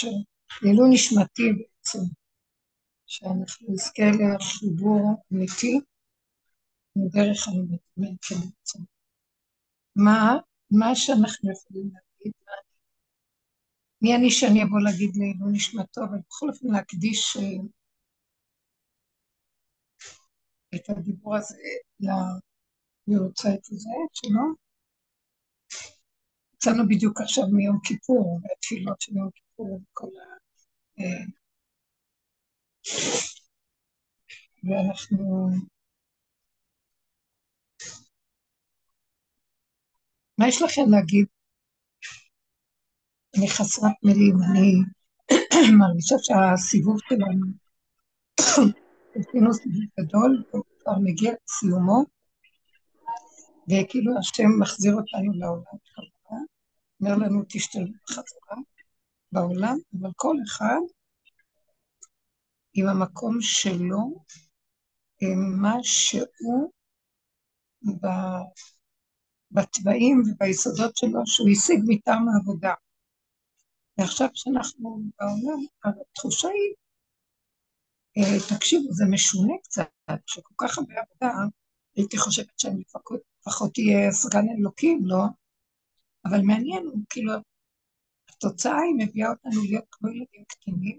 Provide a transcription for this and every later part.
לעילוי נשמתי בעצם, שאנחנו נזכה לחיבור אמיתי מדרך האמת בעצם. מה שאנחנו יכולים להגיד, מי אני שאני אבוא להגיד לעילוי נשמתו, אבל בכל אופן להקדיש את הדיבור הזה ליורצייט הזה שלו. יצאנו בדיוק עכשיו מיום כיפור, והתפילות של יום כיפור, וכל ואנחנו... מה יש לכם להגיד? אני חסרת מילים, אני מרגישה שהסיבוב שלנו, עשינו סיבוב גדול, והוא כבר מגיע לסיומו, וכאילו השם מחזיר אותנו לעולם חזרה, אומר לנו תשתלבו בחזרה בעולם, אבל כל אחד עם המקום שלו, עם מה שהוא בטבעים וביסודות שלו, שהוא השיג מטעם העבודה. ועכשיו שאנחנו בעולם, התחושה היא, תקשיבו, זה משונה קצת, שכל כך הרבה עבודה, הייתי חושבת שאני לפחות תהיה סגן אלוקים, לא? אבל מעניין, כאילו, התוצאה היא מביאה אותנו להיות כמו ילדים קטנים,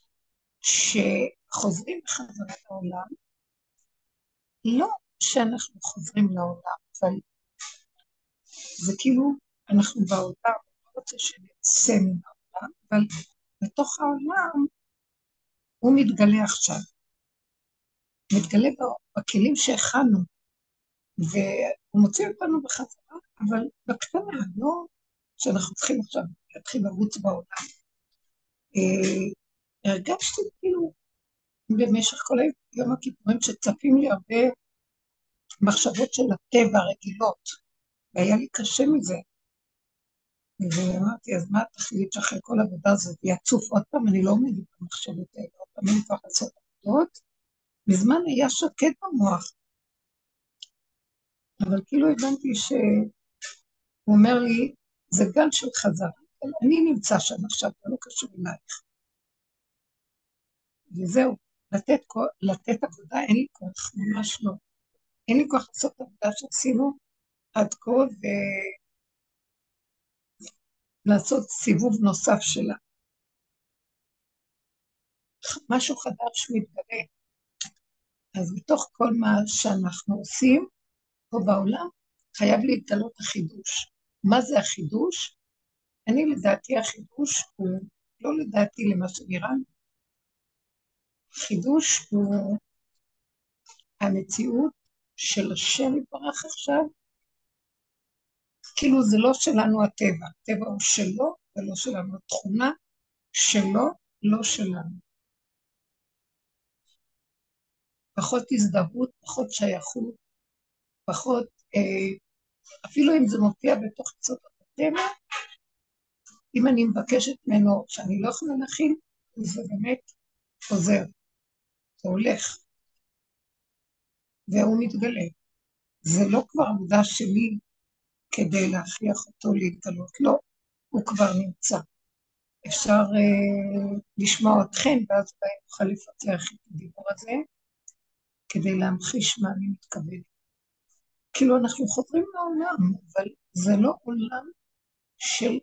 שחוזרים בחזרה לעולם, לא שאנחנו חוזרים לעולם, אבל זה כאילו, אנחנו בעולם, לא רוצה שנצא מן העולם, אבל בתוך העולם, הוא מתגלה עכשיו. מתגלה בכלים שהכנו, והוא מוציא אותנו בחזרה, אבל בקטנה, לא שאנחנו צריכים עכשיו להתחיל לרוץ בעולם. הרגשתי כאילו במשך כל יום הכיפורים שצפים לי הרבה מחשבות של הטבע רגילות, והיה לי קשה מזה. ואמרתי, אז מה התכלית שאחרי כל העבודה הזאת יצוף עוד פעם, אני לא עומדת במחשבות האלה, עוד פעם אני כבר לעשות עבודות, מזמן היה שקט במוח, אבל כאילו הבנתי שהוא אומר לי, זה גל של חזרה, אני נמצא שם עכשיו, זה לא קשור אלייך. וזהו, לתת עבודה, אין לי כוח, ממש לא. אין לי כוח לעשות עבודה שעשינו עד כה, ולעשות סיבוב נוסף שלה. משהו חדש מתגלה. אז בתוך כל מה שאנחנו עושים, פה בעולם, חייב להתגלות החידוש. מה זה החידוש? אני לדעתי החידוש הוא, לא לדעתי למה שנראה, חידוש הוא המציאות של השם יתברך עכשיו, כאילו זה לא שלנו הטבע, הטבע הוא שלו ולא שלנו, התכונה שלו, לא שלנו. פחות הזדהות, פחות שייכות, פחות, אפילו אם זה מופיע בתוך יסודות הטבע, אם אני מבקשת ממנו שאני לא יכולה להכין, זה באמת חוזר, זה הולך, והוא מתגלה. זה לא כבר עבודה שלי כדי להכריח אותו להתגלות, לא, הוא כבר נמצא. אפשר לשמוע אתכם, ואז אולי נוכל לפתח את הדיבור הזה, כדי להמחיש מה אני מתכוון. כאילו אנחנו חוזרים לעולם, אבל זה לא עולם של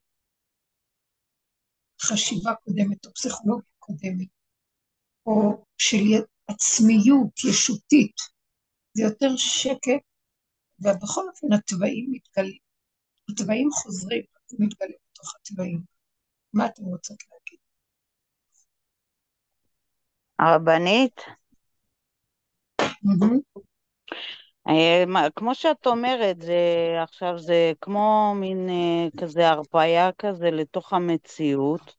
חשיבה קודמת או פסיכולוגיה קודמת, או של עצמיות ישותית, זה יותר שקט, ובכל אופן הטבעים מתגלים, הטבעים חוזרים, מתגלים בתוך הטבעים. מה אתם רוצות להגיד? הרבנית, Mm-hmm. כמו שאת אומרת, עכשיו זה כמו מין כזה הרפאיה כזה לתוך המציאות,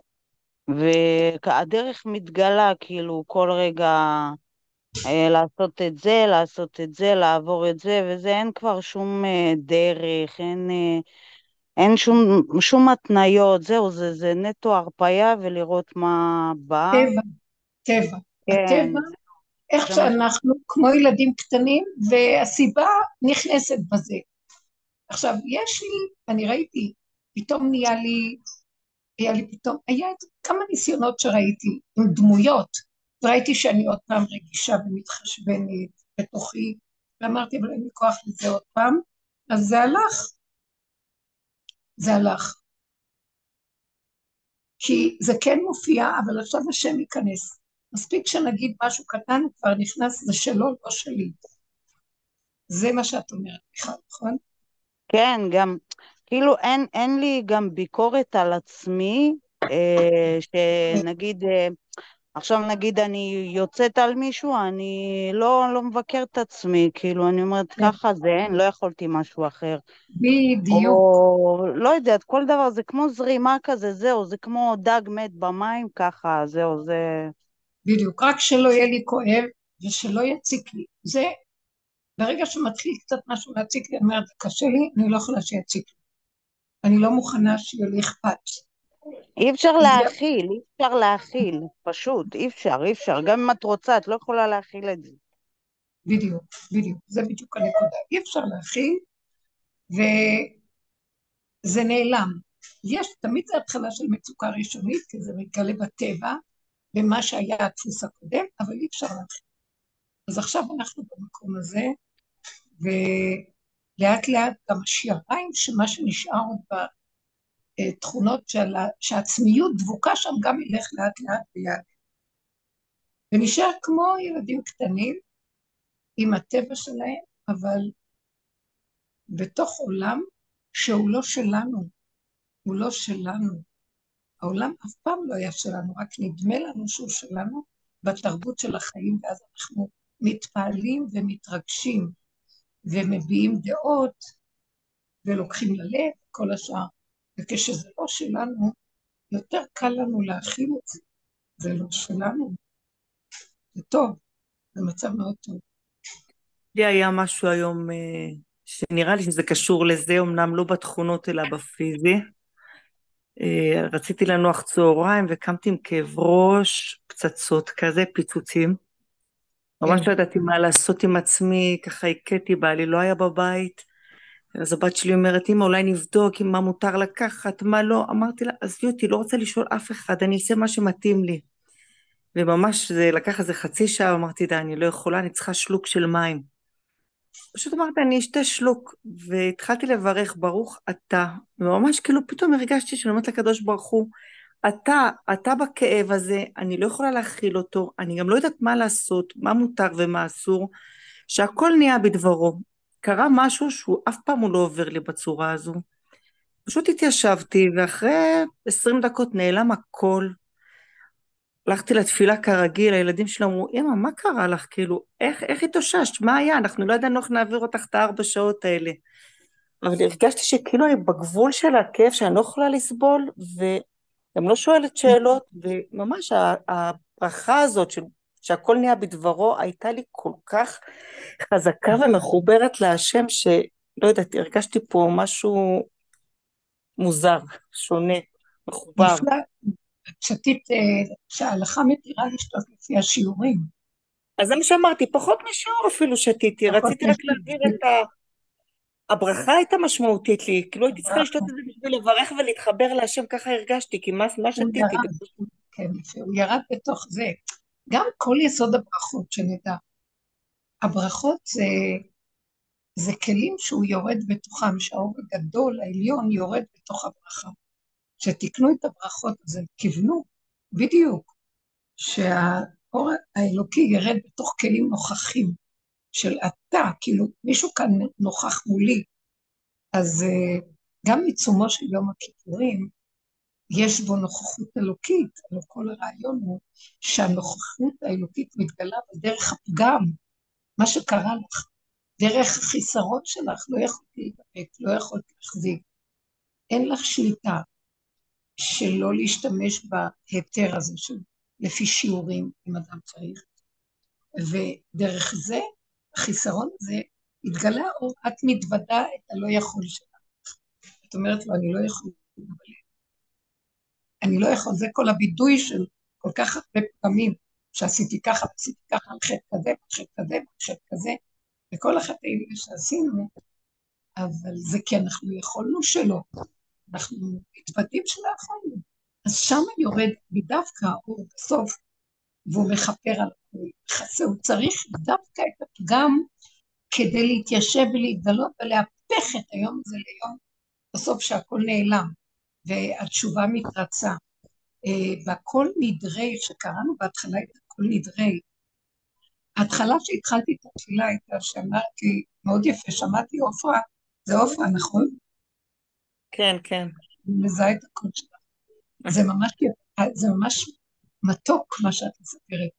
והדרך מתגלה כאילו כל רגע לעשות את זה, לעשות את זה, לעבור את זה, וזה אין כבר שום דרך, אין שום התניות, זהו, זה נטו הרפאיה ולראות מה בא. טבע, טבע. כן, הטבע, איך זה מה שאנחנו כמו ילדים קטנים, והסיבה נכנסת בזה. עכשיו, יש לי, אני ראיתי, פתאום נהיה לי היה לי פתאום, היה כמה ניסיונות שראיתי עם דמויות, וראיתי שאני עוד פעם רגישה ומתחשבנת בתוכי, ואמרתי, אבל אין לי כוח לזה עוד פעם, אז זה הלך, זה הלך. כי זה כן מופיע, אבל עכשיו השם ייכנס. מספיק שנגיד משהו קטן, הוא כבר נכנס, זה שלו, לא שלי. זה מה שאת אומרת, מיכל, נכון? כן, גם, כאילו אין לי גם ביקורת על עצמי, שנגיד, עכשיו נגיד אני יוצאת על מישהו, אני לא מבקרת את עצמי, כאילו אני אומרת ככה זה, אין, לא יכולתי משהו אחר. בדיוק, או לא יודעת, כל דבר זה כמו זרימה כזה, זהו, זה כמו דג מת במים ככה, זהו, זה... בדיוק, רק שלא יהיה לי כואב ושלא יציק לי. זה, ברגע שמתחיל קצת משהו להציק לי, אני אומרת, זה קשה לי, אני לא יכולה שיציק לי. אני לא מוכנה שיהיה לי אכפת. אי אפשר זה, להכיל, אי אפשר להכיל, פשוט, אי אפשר, אי אפשר, גם אם את רוצה, את לא יכולה להכיל את זה. בדיוק, בדיוק, זה בדיוק הנקודה. אי אפשר להכיל, וזה נעלם. יש, תמיד זה התחלה של מצוקה ראשונית, כי זה מתגלה בטבע, במה שהיה הדפוס הקודם, אבל אי אפשר להכיל. אז עכשיו אנחנו במקום הזה, ולאט לאט גם השיעריים, שמה שנשאר עוד בתכונות שהעצמיות דבוקה שם, גם ילך לאט לאט ביד. ונשאר כמו ילדים קטנים, עם הטבע שלהם, אבל בתוך עולם שהוא לא שלנו, הוא לא שלנו. העולם אף פעם לא היה שלנו, רק נדמה לנו שהוא שלנו בתרבות של החיים, ואז אנחנו מתפעלים ומתרגשים ומביעים דעות ולוקחים ללב כל השאר. וכשזה לא שלנו, יותר קל לנו להכיל את זה. זה לא שלנו. זה טוב, זה מצב מאוד טוב. לי היה משהו היום שנראה לי שזה קשור לזה, אמנם לא בתכונות אלא בפיזי. רציתי לנוח צהריים וקמתי עם כאב ראש, פצצות כזה, פיצוצים. כן, ממש לא ידעתי מה לעשות עם עצמי, ככה הכיתי, בעלי לא היה בבית. אז הבת שלי אומרת, אמא, אולי נבדוק מה מותר לקחת, מה לא. אמרתי לה, עזבי אותי, לא רוצה לשאול אף אחד, אני אעשה מה שמתאים לי. וממש זה לקח איזה חצי שעה, אמרתי, די, אני לא יכולה, אני צריכה שלוק של מים. פשוט אמרתי, אני אשתה שלוק, והתחלתי לברך, ברוך אתה, וממש כאילו פתאום הרגשתי שאני אומרת לקדוש ברוך הוא, אתה בכאב הזה, אני לא יכולה להכיל אותו, אני גם לא יודעת מה לעשות, מה מותר ומה אסור, שהכל נהיה בדברו. קרה משהו שהוא אף פעם הוא לא עובר לי בצורה הזו. פשוט התיישבתי, ואחרי 20 דקות נעלם הכל, הלכתי לתפילה כרגיל, הילדים שלי אמרו, אמא, מה קרה לך? כאילו, איך התאוששת? מה היה? אנחנו לא ידענו איך נעביר אותך את 4 שעות האלה. אבל הרגשתי שכאילו אני בגבול של הכאב, שאני לא יכולה לסבול, וגם לא שואלת שאלות, וממש הברכה הזאת שהכל נהיה בדברו, הייתה לי כל כך חזקה ומחוברת להשם, שלא יודעת, הרגשתי פה משהו מוזר, שונה, מחובר. נפלא. שתית, שההלכה מתירה לשתות לפי השיעורים, אז זה מה שאמרתי, פחות משיעור אפילו שתיתי, פחות רציתי רק להעביר לפי הברכה הייתה משמעותית לי, כאילו הייתי צריכה לשתות הברכה. את זה בשביל לברך ולהתחבר להשם, ככה הרגשתי, כי מה הוא שתיתי? ירד, כן, הוא ירד בתוך זה. גם כל יסוד הברכות, שנדע. הברכות זה כלים שהוא יורד בתוכם, שהאור הגדול, העליון, יורד בתוך הברכה. שתקנו את הברכות, אז הם כיוונו בדיוק, שהאור האלוקי ירד בתוך כלים נוכחים של אתה, כאילו מישהו כאן נוכח מולי, אז גם בעיצומו של יום הכיפורים, יש בו נוכחות אלוקית, אבל כל הרעיון הוא שהנוכחות האלוקית מתגלה בדרך הפגם, מה שקרה לך, דרך החיסרון שלך, לא יכולת להידבק, לא יכולת להחזיק, אין לך שליטה שלא להשתמש בהיתר הזה של לפי שיעורים, אם אדם צריך, ודרך זה, החיסרון הזה, התגלה או את מתוודה את הלא יכול שלך. את אומרת לו, אני לא יכול, אני לא יכול, זה כל הבידוי של כל כך הרבה פעמים, שעשיתי ככה, עשיתי ככה, על חטא כזה, על חטא כזה, על חטא כזה, וכל החטאים שעשינו, אבל זה כי אנחנו יכולנו שלא, אנחנו מתוודים שלא יכולנו. אז שם יורד מדווקא האור בסוף, והוא מכפר על הכל. הוא צריך דווקא את הפגם, כדי להתיישב ולהתגלות ולהפך את היום הזה ליום, בסוף שהכל נעלם, והתשובה מתרצה. בכל נדרי שקראנו בהתחלה את הכל נדרי, ההתחלה שהתחלתי את התפילה הייתה שאמרתי, מאוד יפה, שמעתי עופרה, זה עופרה, נכון? כן, כן. אני מזהה את הכל שלה. זה ממש מתוק מה שאת מספרת.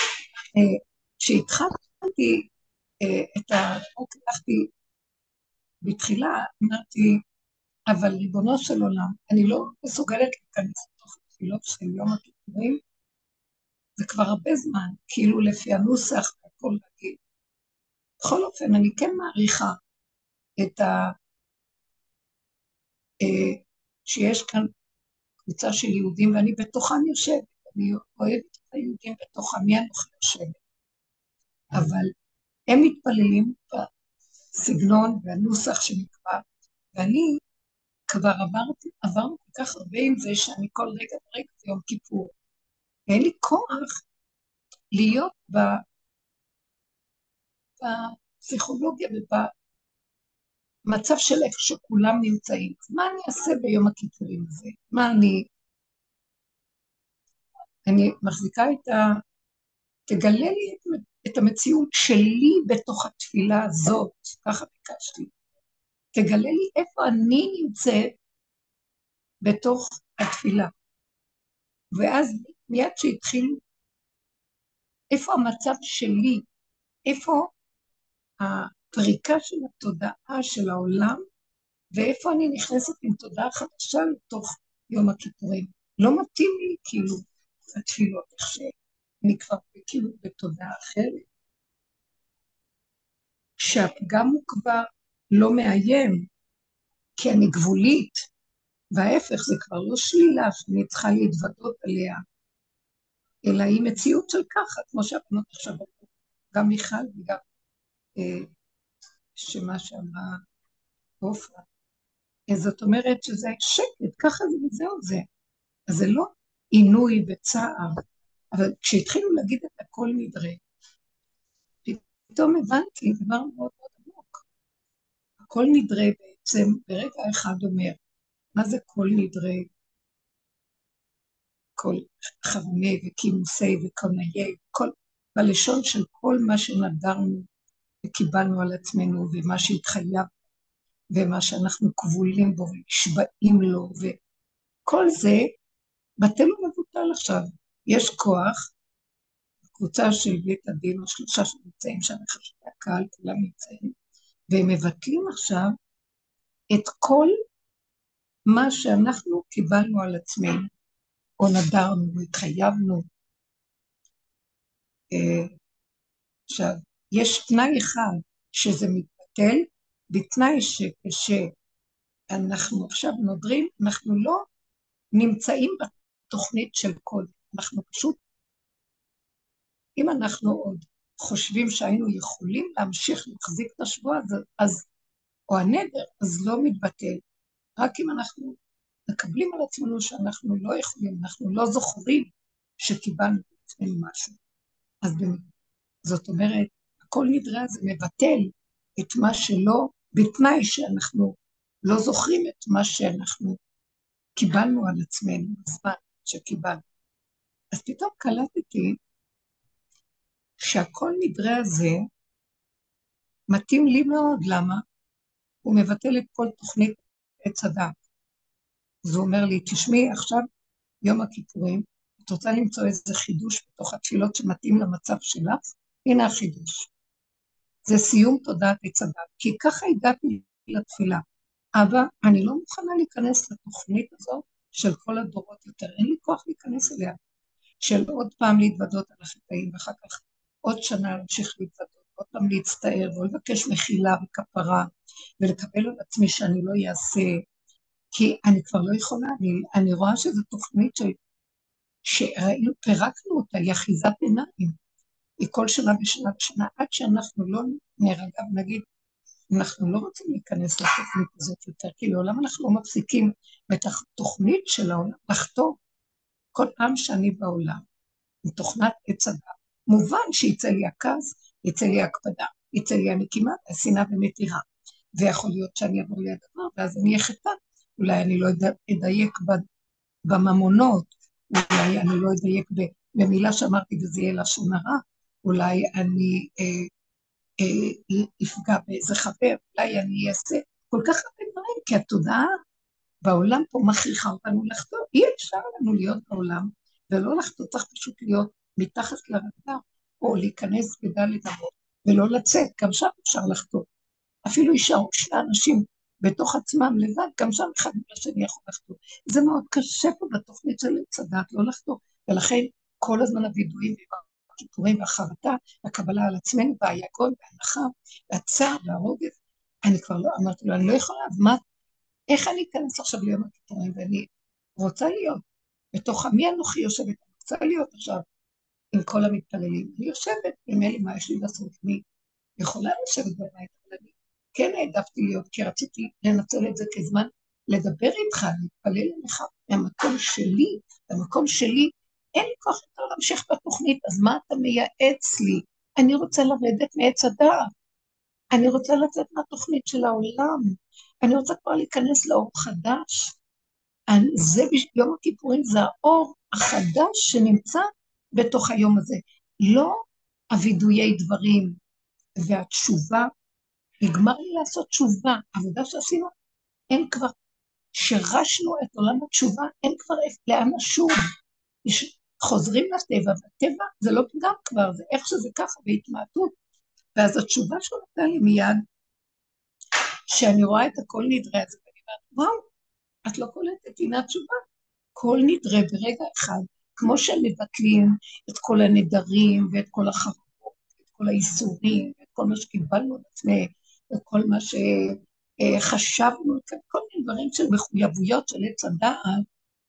כשהתחלתי את החוק, הלכתי בתחילה, אמרתי, אבל ריבונו של עולם, אני לא מסוגלת להיכנס לתוך התפילות של יום הכיפורים, זה כבר הרבה זמן, כאילו לפי הנוסח והכל רגיל. בכל אופן, אני כן מעריכה את שיש כאן קבוצה של יהודים, ואני בתוכם יושבת, אני אוהבת את היהודים בתוכם, מי אנוכי יושבת. אבל הם מתפללים בסגנון והנוסח שנקבע, ואני כבר עברנו כל כך הרבה עם זה, שאני כל רגע ורגע זה יום כיפור. ואין לי כוח להיות בפסיכולוגיה ובמצב של איפה שכולם נמצאים. מה אני אעשה ביום הכיפורים הזה? אני מחזיקה תגלה לי את המציאות שלי בתוך התפילה הזאת, ככה ביקשתי. תגלה לי איפה אני נמצאת בתוך התפילה. ואז מיד שהתחילו, איפה המצב שלי, איפה הפריקה של התודעה של העולם, ואיפה אני נכנסת עם תודעה חדשה לתוך יום הכיפורים. לא מתאים לי כאילו התפילות, איך שאני כבר כאילו בתודעה אחרת. שהפגם הוא כבר לא מאיים, כי אני גבולית, וההפך זה כבר לא שלילה שאני צריכה להתוודות עליה, אלא היא מציאות של ככה, כמו שהבנות עכשיו, גם מיכל וגם שמה שאמרה עופרה. זאת אומרת שזה שקט, ככה זה וזהו זה. אז זה לא עינוי וצער, אבל כשהתחילו להגיד את הכל נדרה, פתאום הבנתי דבר מאוד מאוד עמוק. הכל נדרה בעצם ברגע אחד אומר, מה זה כל נדרה? כל חרוני וכימוסי וקונאי, בלשון של כל מה שנדרנו וקיבלנו על עצמנו, ומה שהתחייב, ומה שאנחנו כבולים בו ונשבעים לו, וכל זה בטל ומבוטל עכשיו. יש כוח, קבוצה של בית הדין, השלושה שנמצאים שם, חשבי הקהל, כולם נמצאים, והם מבטלים עכשיו את כל מה שאנחנו קיבלנו על עצמנו, או נדרנו, התחייבנו. עכשיו, יש תנאי אחד שזה מתבטל, בתנאי שכשאנחנו עכשיו נודרים, אנחנו לא נמצאים בתוכנית של כל, אנחנו פשוט, אם אנחנו עוד חושבים שהיינו יכולים להמשיך להחזיק את השבוע הזה, או הנדר, אז לא מתבטל. רק אם אנחנו מקבלים על עצמנו שאנחנו לא יכולים, אנחנו לא זוכרים שקיבלנו בעצמנו משהו. אז זאת אומרת, הכל נדרה זה מבטל את מה שלא, בתנאי שאנחנו לא זוכרים את מה שאנחנו קיבלנו על עצמנו, בזמן שקיבלנו. אז פתאום קלטתי שהכל נדרה הזה מתאים לי מאוד, למה? הוא מבטל את כל תוכנית עץ הדת. אז הוא אומר לי, תשמעי, עכשיו יום הכיפורים, את רוצה למצוא איזה חידוש בתוך התפילות שמתאים למצב שלך? הנה החידוש. זה סיום תודעת עץ הדת, כי ככה הגעתי לתפילה. אבל אני לא מוכנה להיכנס לתוכנית הזאת של כל הדורות יותר, אין לי כוח להיכנס אליה, של עוד פעם להתוודות על החטאים, ואחר כך עוד שנה להמשיך להתוודות, עוד פעם להצטער, ולבקש מחילה וכפרה, ולקבל על עצמי שאני לא אעשה, כי אני כבר לא יכולה, אני רואה שזו תוכנית שראינו, פירקנו אותה, היא אחיזת עיניים, היא כל שנה ושנה ושנה, עד שאנחנו לא נרגע ונגיד, אנחנו לא רוצים להיכנס לתוכנית הזאת יותר, כי לעולם אנחנו לא מפסיקים את התוכנית של העולם לחתום, כל פעם שאני בעולם, מתוכנת עץ הדת, מובן שיצא לי הכעס, יצא לי הקפדה, יצא לי הנקימה, השנאה ומתירה. ויכול להיות שאני אעבור לי הדבר, ואז אני אחטא, אולי אני לא אדייק בממונות, אולי אני לא אדייק במילה שאמרתי וזה יהיה לשון הרע, אולי אני אפגע באיזה חבר, אולי אני אעשה כל כך הרבה דברים, כי התודעה בעולם פה מכריחה אותנו לחתור, אי אפשר לנו להיות בעולם, ולא לחתור, צריך פשוט להיות מתחת לרדאר, או להיכנס בדלת אמות, ולא לצאת, גם שם אפשר לחתור. אפילו יישארו שני אנשים בתוך עצמם לבד, גם שם אחד מהשני יכול לחתור. זה מאוד קשה פה בתוכנית של עץ הדת, לא לחתור, ולכן כל הזמן הווידויים והכיפורים והחרטה, הקבלה על עצמנו, והיגון וההנחה, והצער והרוגז, אני כבר לא אמרתי לו, אני לא יכולה, אז מה, איך אני אכנס עכשיו ליום הכיפורים, ואני רוצה להיות בתוך עמי אנוכי יושבת, אני רוצה להיות עכשיו עם כל המתפללים, אני יושבת, במילא מה יש לי לעשות, אני יכולה לשבת בבית, אבל אני כן העדפתי להיות, כי רציתי לנצל את זה כזמן לדבר איתך, להתפלל אליך מהמקום שלי, במקום שלי, אין לי כוח יותר להמשיך בתוכנית, אז מה אתה מייעץ לי? אני רוצה לרדת מעץ הדעת, אני רוצה לצאת מהתוכנית של העולם, אני רוצה כבר להיכנס לאור חדש, זה יום הכיפורים, זה האור החדש שנמצא בתוך היום הזה, לא הווידויי דברים והתשובה, נגמר לי לעשות תשובה, עבודה שעשינו, אין כבר, שרשנו את עולם התשובה, אין כבר לאן לשוב, חוזרים לטבע, והטבע זה לא פגם כבר, זה איך שזה ככה בהתמעטות, ואז התשובה שהוא נתן לי מיד, שאני רואה את הכל נדרה, אז אני אומרת, וואו, את לא קולטת, הנה התשובה, כל נדרה ברגע אחד, כמו שהם מבטלים את כל הנדרים, ואת כל החרבות, את כל האיסורים, ואת כל מה שקיבלנו על עצמי, וכל מה שחשבנו, כל מיני דברים של מחויבויות של עץ הדעת,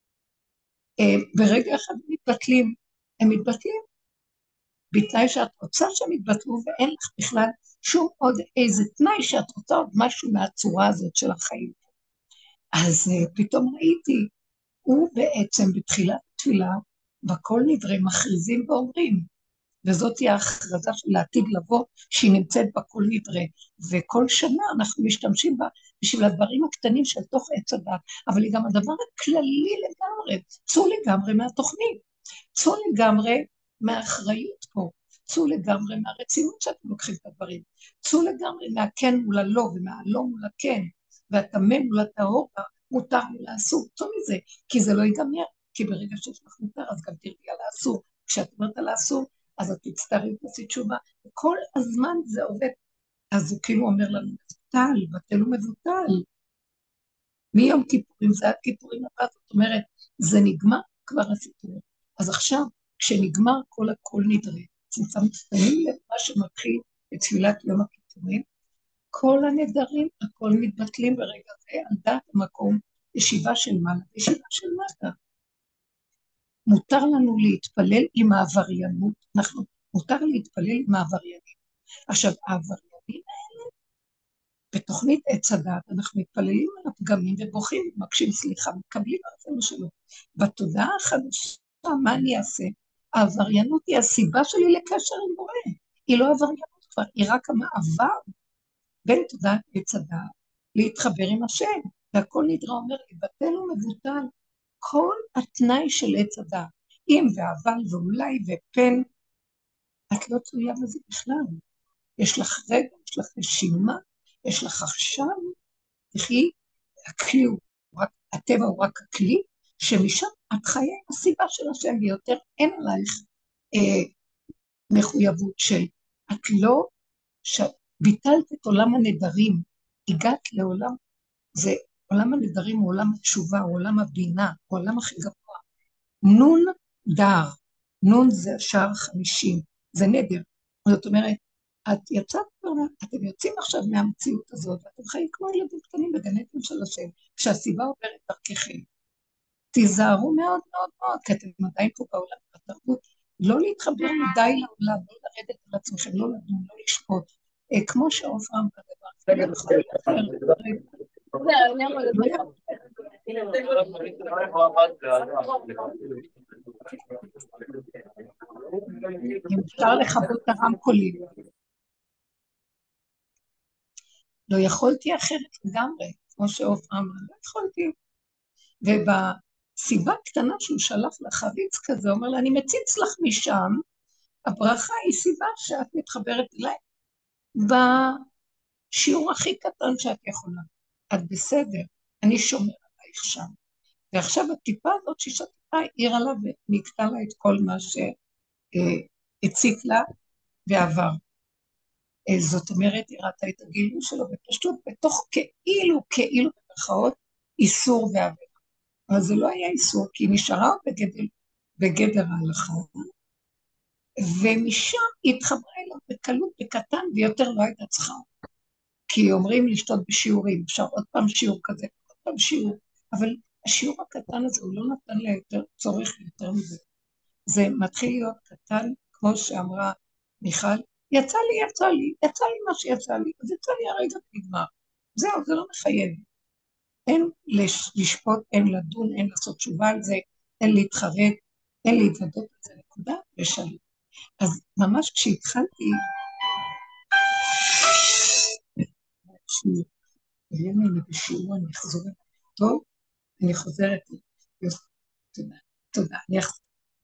ברגע אחד הם מתבטלים, הם מתבטלים, בתנאי שאת רוצה שהם יתבטלו, ואין לך בכלל שום עוד איזה תנאי שאת רוצה עוד משהו מהצורה הזאת של החיים. אז פתאום ראיתי, הוא בעצם בתחילת התפילה, בכל נדרי מכריזים ואומרים, וזאת היא ההכרזה של העתיד לבוא, שהיא נמצאת בכל נדרי, וכל שנה אנחנו משתמשים בה בשביל הדברים הקטנים של תוך עץ הדת, אבל היא גם הדבר הכללי לגמרי, צאו לגמרי מהתוכנית, צאו לגמרי מהאחריות פה, צאו לגמרי מהרצינות שאתם לוקחים את הדברים, צאו לגמרי מהכן מול הלא ומהלא מול הכן, והתמם מול הטהור, מותר מול האסור, צאו מזה, כי זה לא ייגמר, כי ברגע שיש לך מותר, אז גם תרדי על האסור, כשאת אומרת על האסור, אז את תצטערי ותעשי תשובה, וכל הזמן זה עובד, אז הוא כאילו אומר לנו, מבוטל, בטל ומבוטל, מיום כיפורים, זה עד כיפורים הבא, זאת אומרת, זה נגמר כבר הסיפור, אז עכשיו, כשנגמר כל הכל נדרה, צמצמים למה שמתחיל בתפילת יום הכיפורים, כל הנדרים, הכל מתבטלים ברגע זה, על דעת המקום, ישיבה של מעלה, ישיבה של מטה. מותר לנו להתפלל עם העבריינות, מותר להתפלל עם העבריינים. עכשיו, העבריינים האלה, בתוכנית עץ הדת, אנחנו מתפללים על הפגמים ובוכים, מקשים סליחה, מקבלים על זה משלו. בתודעה החדשה, מה אני אעשה? העבריינות היא הסיבה שלי לקשר עם בורא. היא לא עבריינות כבר, היא רק המעבר בין תודעת עץ הדת להתחבר עם השם. והכל נדרה אומר, בטל ומבוטל, כל התנאי של עץ הדת, אם ואבל ואולי ופן, את לא תלויה בזה בכלל. יש לך רגע, יש לך נשימה, יש לך עכשיו, תחי, הכלי הוא רק, הטבע הוא רק הכלי, שמשם את חיה הסיבה של השם ביותר, אין עלייך מחויבות של, את לא, ביטלת את עולם הנדרים, הגעת לעולם, זה עולם הנדרים הוא עולם התשובה, הוא עולם הבינה, הוא עולם הכי גבוה. נון דר, נון זה שער 50, זה נדר. זאת אומרת, את יצאת כבר, אתם יוצאים עכשיו מהמציאות הזאת, ואתם חיים כמו ילדים קטנים בגנטים של השם, כשהסיבה עוברת דרככם. תיזהרו מאוד מאוד מאוד, כי אתם עדיין פה בעולם בתרבות, לא להתחבר מדי לעולם, לא לרדת על עצמכם, לא לדון, לא לשפוט, כמו שעופרה אמרה דבר, אם אפשר לכבות את הרמקולים. לא יכולתי אחרת לגמרי, כמו שעופרה אמרה, לא יכולתי. ובסיבה קטנה שהוא שלח לחריץ כזה, הוא אומר לה, אני מציץ לך משם, הברכה היא סיבה שאת מתחברת אליי בשיעור הכי קטן שאת יכולה. את בסדר, אני שומר עלייך שם. ועכשיו הטיפה הזאת ששתתה העירה לה ונקטה לה את כל מה שהציק לה ועבר. זאת אומרת, היא ראתה את הגילוי שלו בפשטות, בתוך כאילו במרכאות, איסור ועבירה. אבל זה לא היה איסור, כי היא נשארה בגדר ההלכה, ומשם היא התחברה אליו בקלות, בקטן, ויותר לא הייתה צריכה. כי אומרים לשתות בשיעורים, אפשר עוד פעם שיעור כזה, עוד פעם שיעור, אבל השיעור הקטן הזה, הוא לא נתן לה יותר צורך יותר מזה. זה מתחיל להיות קטן, כמו שאמרה מיכל, יצא לי מה שיצא לי, אז יצא לי הרגע נגמר. זהו, זה לא מחייב. אין לשפוט, אין לדון, אין לעשות תשובה על זה, אין להתחרט, אין להתוודות על זה, נקודה, ושלום. אז ממש כשהתחלתי, אני בשיעור, אני אחזור טוב, אני חוזרת, תודה, אני אחזור.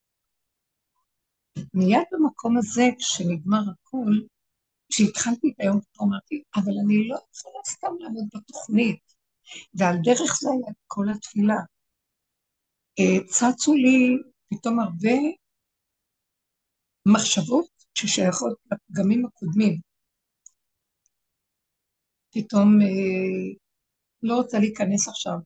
מיד במקום הזה, כשנגמר הכל, כשהתחלתי את היום, אמרתי, אבל אני לא יכולה סתם לעמוד בתוכנית, ועל דרך זה היה כל התפילה. צצו לי פתאום הרבה מחשבות ששייכות לפגמים הקודמים. פתאום לא רוצה להיכנס עכשיו.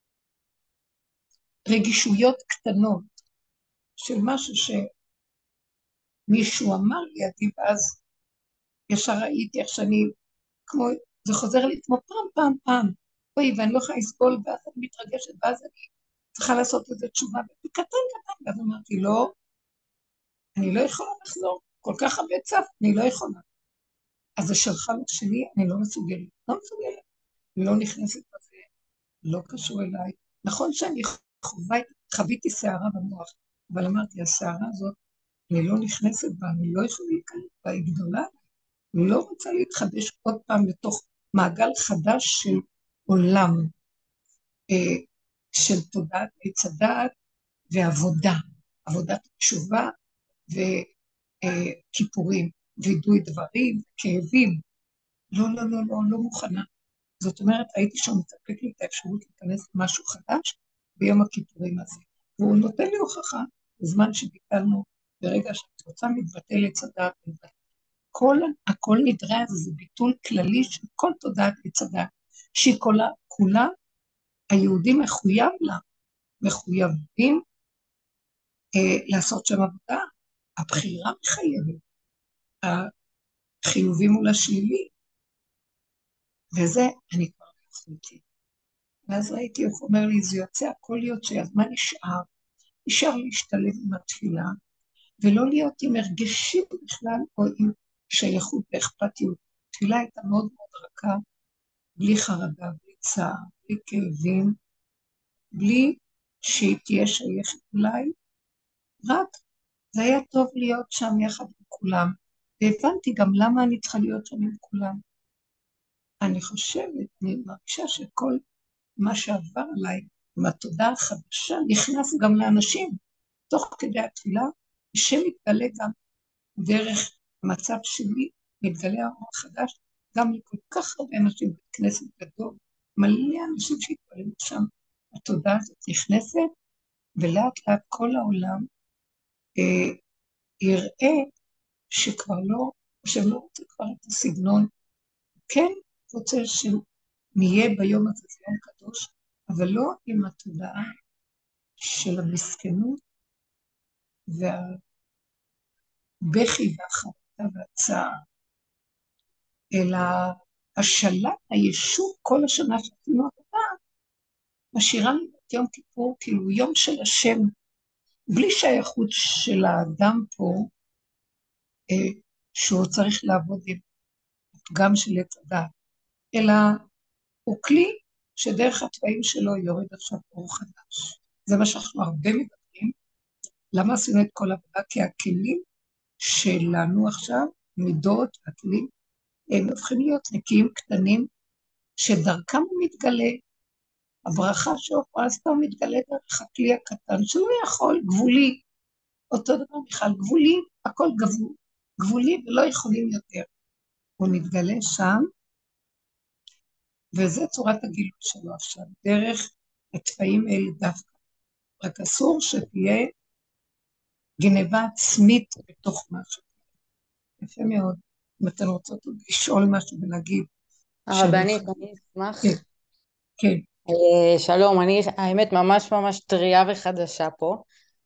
רגישויות קטנות של משהו שמישהו אמר לידי, ואז ישר ראיתי איך שאני, כמו, זה חוזר לי כמו פעם, אוי, ואני לא יכולה לסבול, ואז אני מתרגשת, ואז אני צריכה לעשות איזו תשובה, וקטן, ואז אמרתי, לא, אני לא יכולה לחזור, כל כך הרבה צף, אני לא יכולה. אז זה שלך שלי, אני לא מסוגלת, לא נכנסת בזה, לא קשור אליי. נכון שאני חוויתי שערה במוח, אבל אמרתי, השערה הזאת, אני לא נכנסת בה, אני לא יכולה להיכנס בה, היא גדולה, אני לא רוצה להתחדש עוד פעם לתוך מעגל חדש של עולם, של תודעת עץ הדעת ועבודה, עבודת תשובה וכיפורים, וידוי דברים, כאבים. לא מוכנה. זאת אומרת, הייתי שם מצפק לי את האפשרות להיכנס למשהו חדש ביום הכיפורים הזה. והוא נותן לי הוכחה בזמן שביטלנו, ברגע שאת רוצה מתבטל עץ הדעת, הכל נדרה, זה ביטול כללי של כל תודעת עץ הדעת, שהיא כולה היהודים מחויבים לעשות שם עבודה, הבחירה מחייבת, החיובים מול השלילי, וזה אני כבר לא יכולתי. ואז ראיתי, הוא אומר לי, זה יוצא הכל להיות שהזמן נשאר להשתלב עם התפילה, ולא להיות עם הרגשים בכלל, או עם שייכות ואכפתיות. התפילה הייתה מאוד מאוד רכה, בלי חרדה, בלי צער, בלי כאבים, בלי שהיא תהיה שייכת אולי, רק זה היה טוב להיות שם יחד עם כולם, והבנתי גם למה אני צריכה להיות שם עם כולם. אני חושבת, אני מרגישה שכל מה שעבר עליי, עם התודעה החדשה, נכנס גם לאנשים, תוך כדי התפילה, שמתגלה גם דרך המצב שלי, מתגלה האור החדש, גם לכל כך הרבה אנשים בכנסת גדול, מלא אנשים שהתפללו שם, התודעה הזאת נכנסת, ולאט לאט כל העולם יראה שכבר לא, שהם לא רוצה כבר את הסגנון, כן רוצה שנהיה ביום הזה, זה יום קדוש, אבל לא עם התודעה של המסכנות והבכי והחרטה והצער, אלא השלט, הישות, כל השנה שעשינו עבודה, משאירה לי את יום כיפור, כאילו יום של השם, בלי שייכות של האדם פה, שהוא צריך לעבוד עם פגם של עץ הדעת, אלא הוא כלי שדרך התוואים שלו יורד עכשיו אור חדש. זה מה שאנחנו הרבה מדברים. למה עשינו את כל עבודה? כי הכלים שלנו עכשיו, מידות, הכלים, הם הופכים להיות נקיים קטנים, שדרכם הוא מתגלה, הברכה שהופרסת הוא מתגלה דרך הכלי הקטן, שהוא יכול, גבולי, אותו דבר בכלל, גבולי, הכל גבולי ולא יכולים יותר. הוא מתגלה שם, וזה צורת הגילוי שלו עכשיו, דרך התוואים האלה דווקא. רק אסור שתהיה גנבה עצמית בתוך משהו. יפה מאוד. אם אתן רוצות עוד לשאול משהו ולהגיד הרבנית, אני אשמח. כן, כן. שלום, אני האמת ממש ממש טריה וחדשה פה,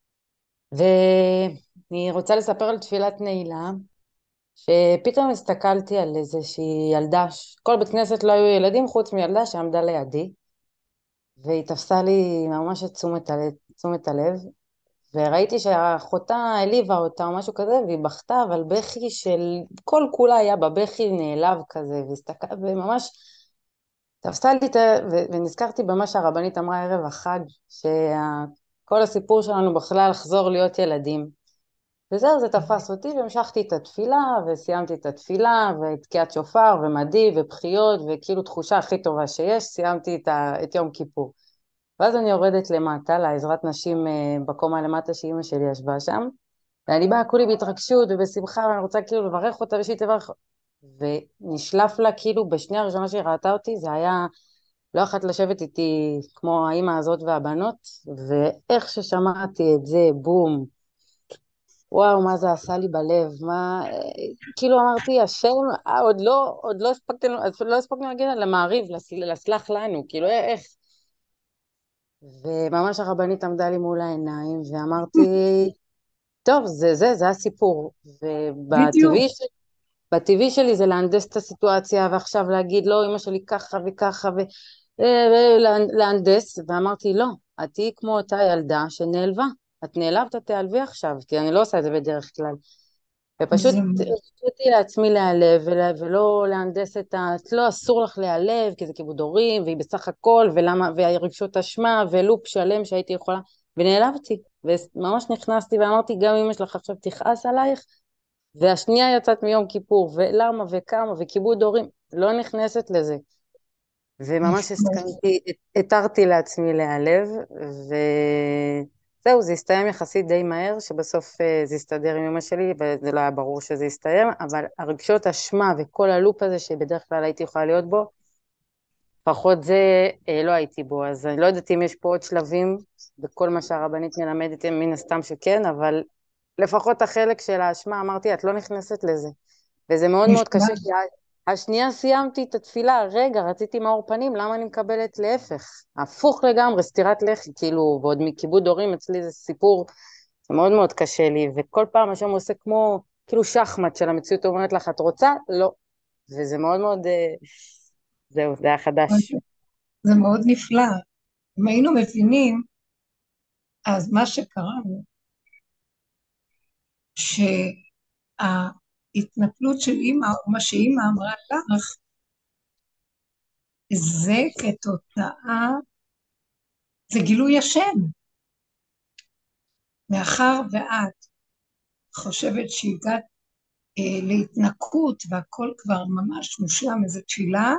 ואני רוצה לספר על תפילת נעילה, שפתאום הסתכלתי על איזושהי ילדה, כל בית כנסת לא היו ילדים חוץ מילדה שעמדה לידי, והיא תפסה לי ממש את תשומת הלב, וראיתי שאחותה העליבה אותה או משהו כזה, והיא בכתה, אבל בכי של כל כולה היה בבכי נעלב כזה, וממש תפסה לי ונזכרתי במה שהרבנית אמרה ערב החג, שכל הסיפור שלנו בכלל לחזור להיות ילדים. וזהו, זה תפס אותי, והמשכתי את התפילה, וסיימתי את התפילה, ותקיעת שופר, ומדי, ובחיות, וכאילו תחושה הכי טובה שיש, סיימתי את יום כיפור. ואז אני יורדת למטה, לעזרת נשים בקומה למטה שאימא שלי ישבה שם, ואני באה כולי בהתרגשות ובשמחה, ואני רוצה כאילו לברך אותה ושהיא תברך, ונשלף לה כאילו בשנייה הראשונה שהיא ראתה אותי, זה היה לא יכולת לשבת איתי כמו האמא הזאת והבנות, ואיך ששמעתי את זה, בום, וואו, מה זה עשה לי בלב, מה, כאילו אמרתי, השם, עוד לא הספקנו להגיד על המעריב, לסלח לנו, כאילו איך, וממש הרבנית עמדה לי מול העיניים, ואמרתי, טוב, זה הסיפור, בדיוק. בטבעי שלי זה להנדס את הסיטואציה, ועכשיו להגיד, לא, אמא שלי ככה וככה, להנדס, ואמרתי, לא, את תהיי כמו אותה ילדה שנעלבה, את נעלבת, תעלבי עכשיו, כי אני לא עושה את זה בדרך כלל, ופשוט הרשיתי לעצמי להיעלב, ולא להנדס לא, אסור לך להיעלב, כי זה כיבוד הורים, והיא בסך הכל, והרגשות אשמה, ולופ שלם שהייתי יכולה, ונעלבתי, וממש נכנסתי ואמרתי, גם אמא שלך עכשיו תכעס עלייך, והשנייה יצאת מיום כיפור, ולמה וכמה, וכיבוד הורים, לא נכנסת לזה. וממש הסכמתי, התרתי לעצמי להיעלב, וזהו, זה הסתיים יחסית די מהר, שבסוף זה הסתדר עם אמא שלי, וזה לא היה ברור שזה הסתיים, אבל הרגשות אשמה וכל הלופ הזה, שבדרך כלל הייתי יכולה להיות בו, פחות זה לא הייתי בו, אז אני לא יודעת אם יש פה עוד שלבים, בכל מה שהרבנית מלמדת, מן הסתם שכן, אבל לפחות החלק של האשמה, אמרתי, את לא נכנסת לזה, וזה מאוד מאוד קשה, כי השנייה סיימתי את התפילה, רגע, רציתי מאור פנים, למה אני מקבלת להפך? הפוך לגמרי, סתירת לחי, כאילו, ועוד מכיבוד הורים, אצלי זה סיפור, זה מאוד מאוד קשה לי, וכל פעם השם עושה כמו, כאילו שחמט של המציאות אומרת לך, את רוצה? לא. וזה מאוד מאוד, זהו, זה היה חדש. זה מאוד נפלא. אם היינו מבינים, אז מה שקראנו, שההתנפלות של אמא, או מה שאמא אמרה לך, זה כתוצאה, זה גילוי השם. מאחר ואת חושבת שהגעת להתנקות והכל כבר ממש מושלם איזו תפילה,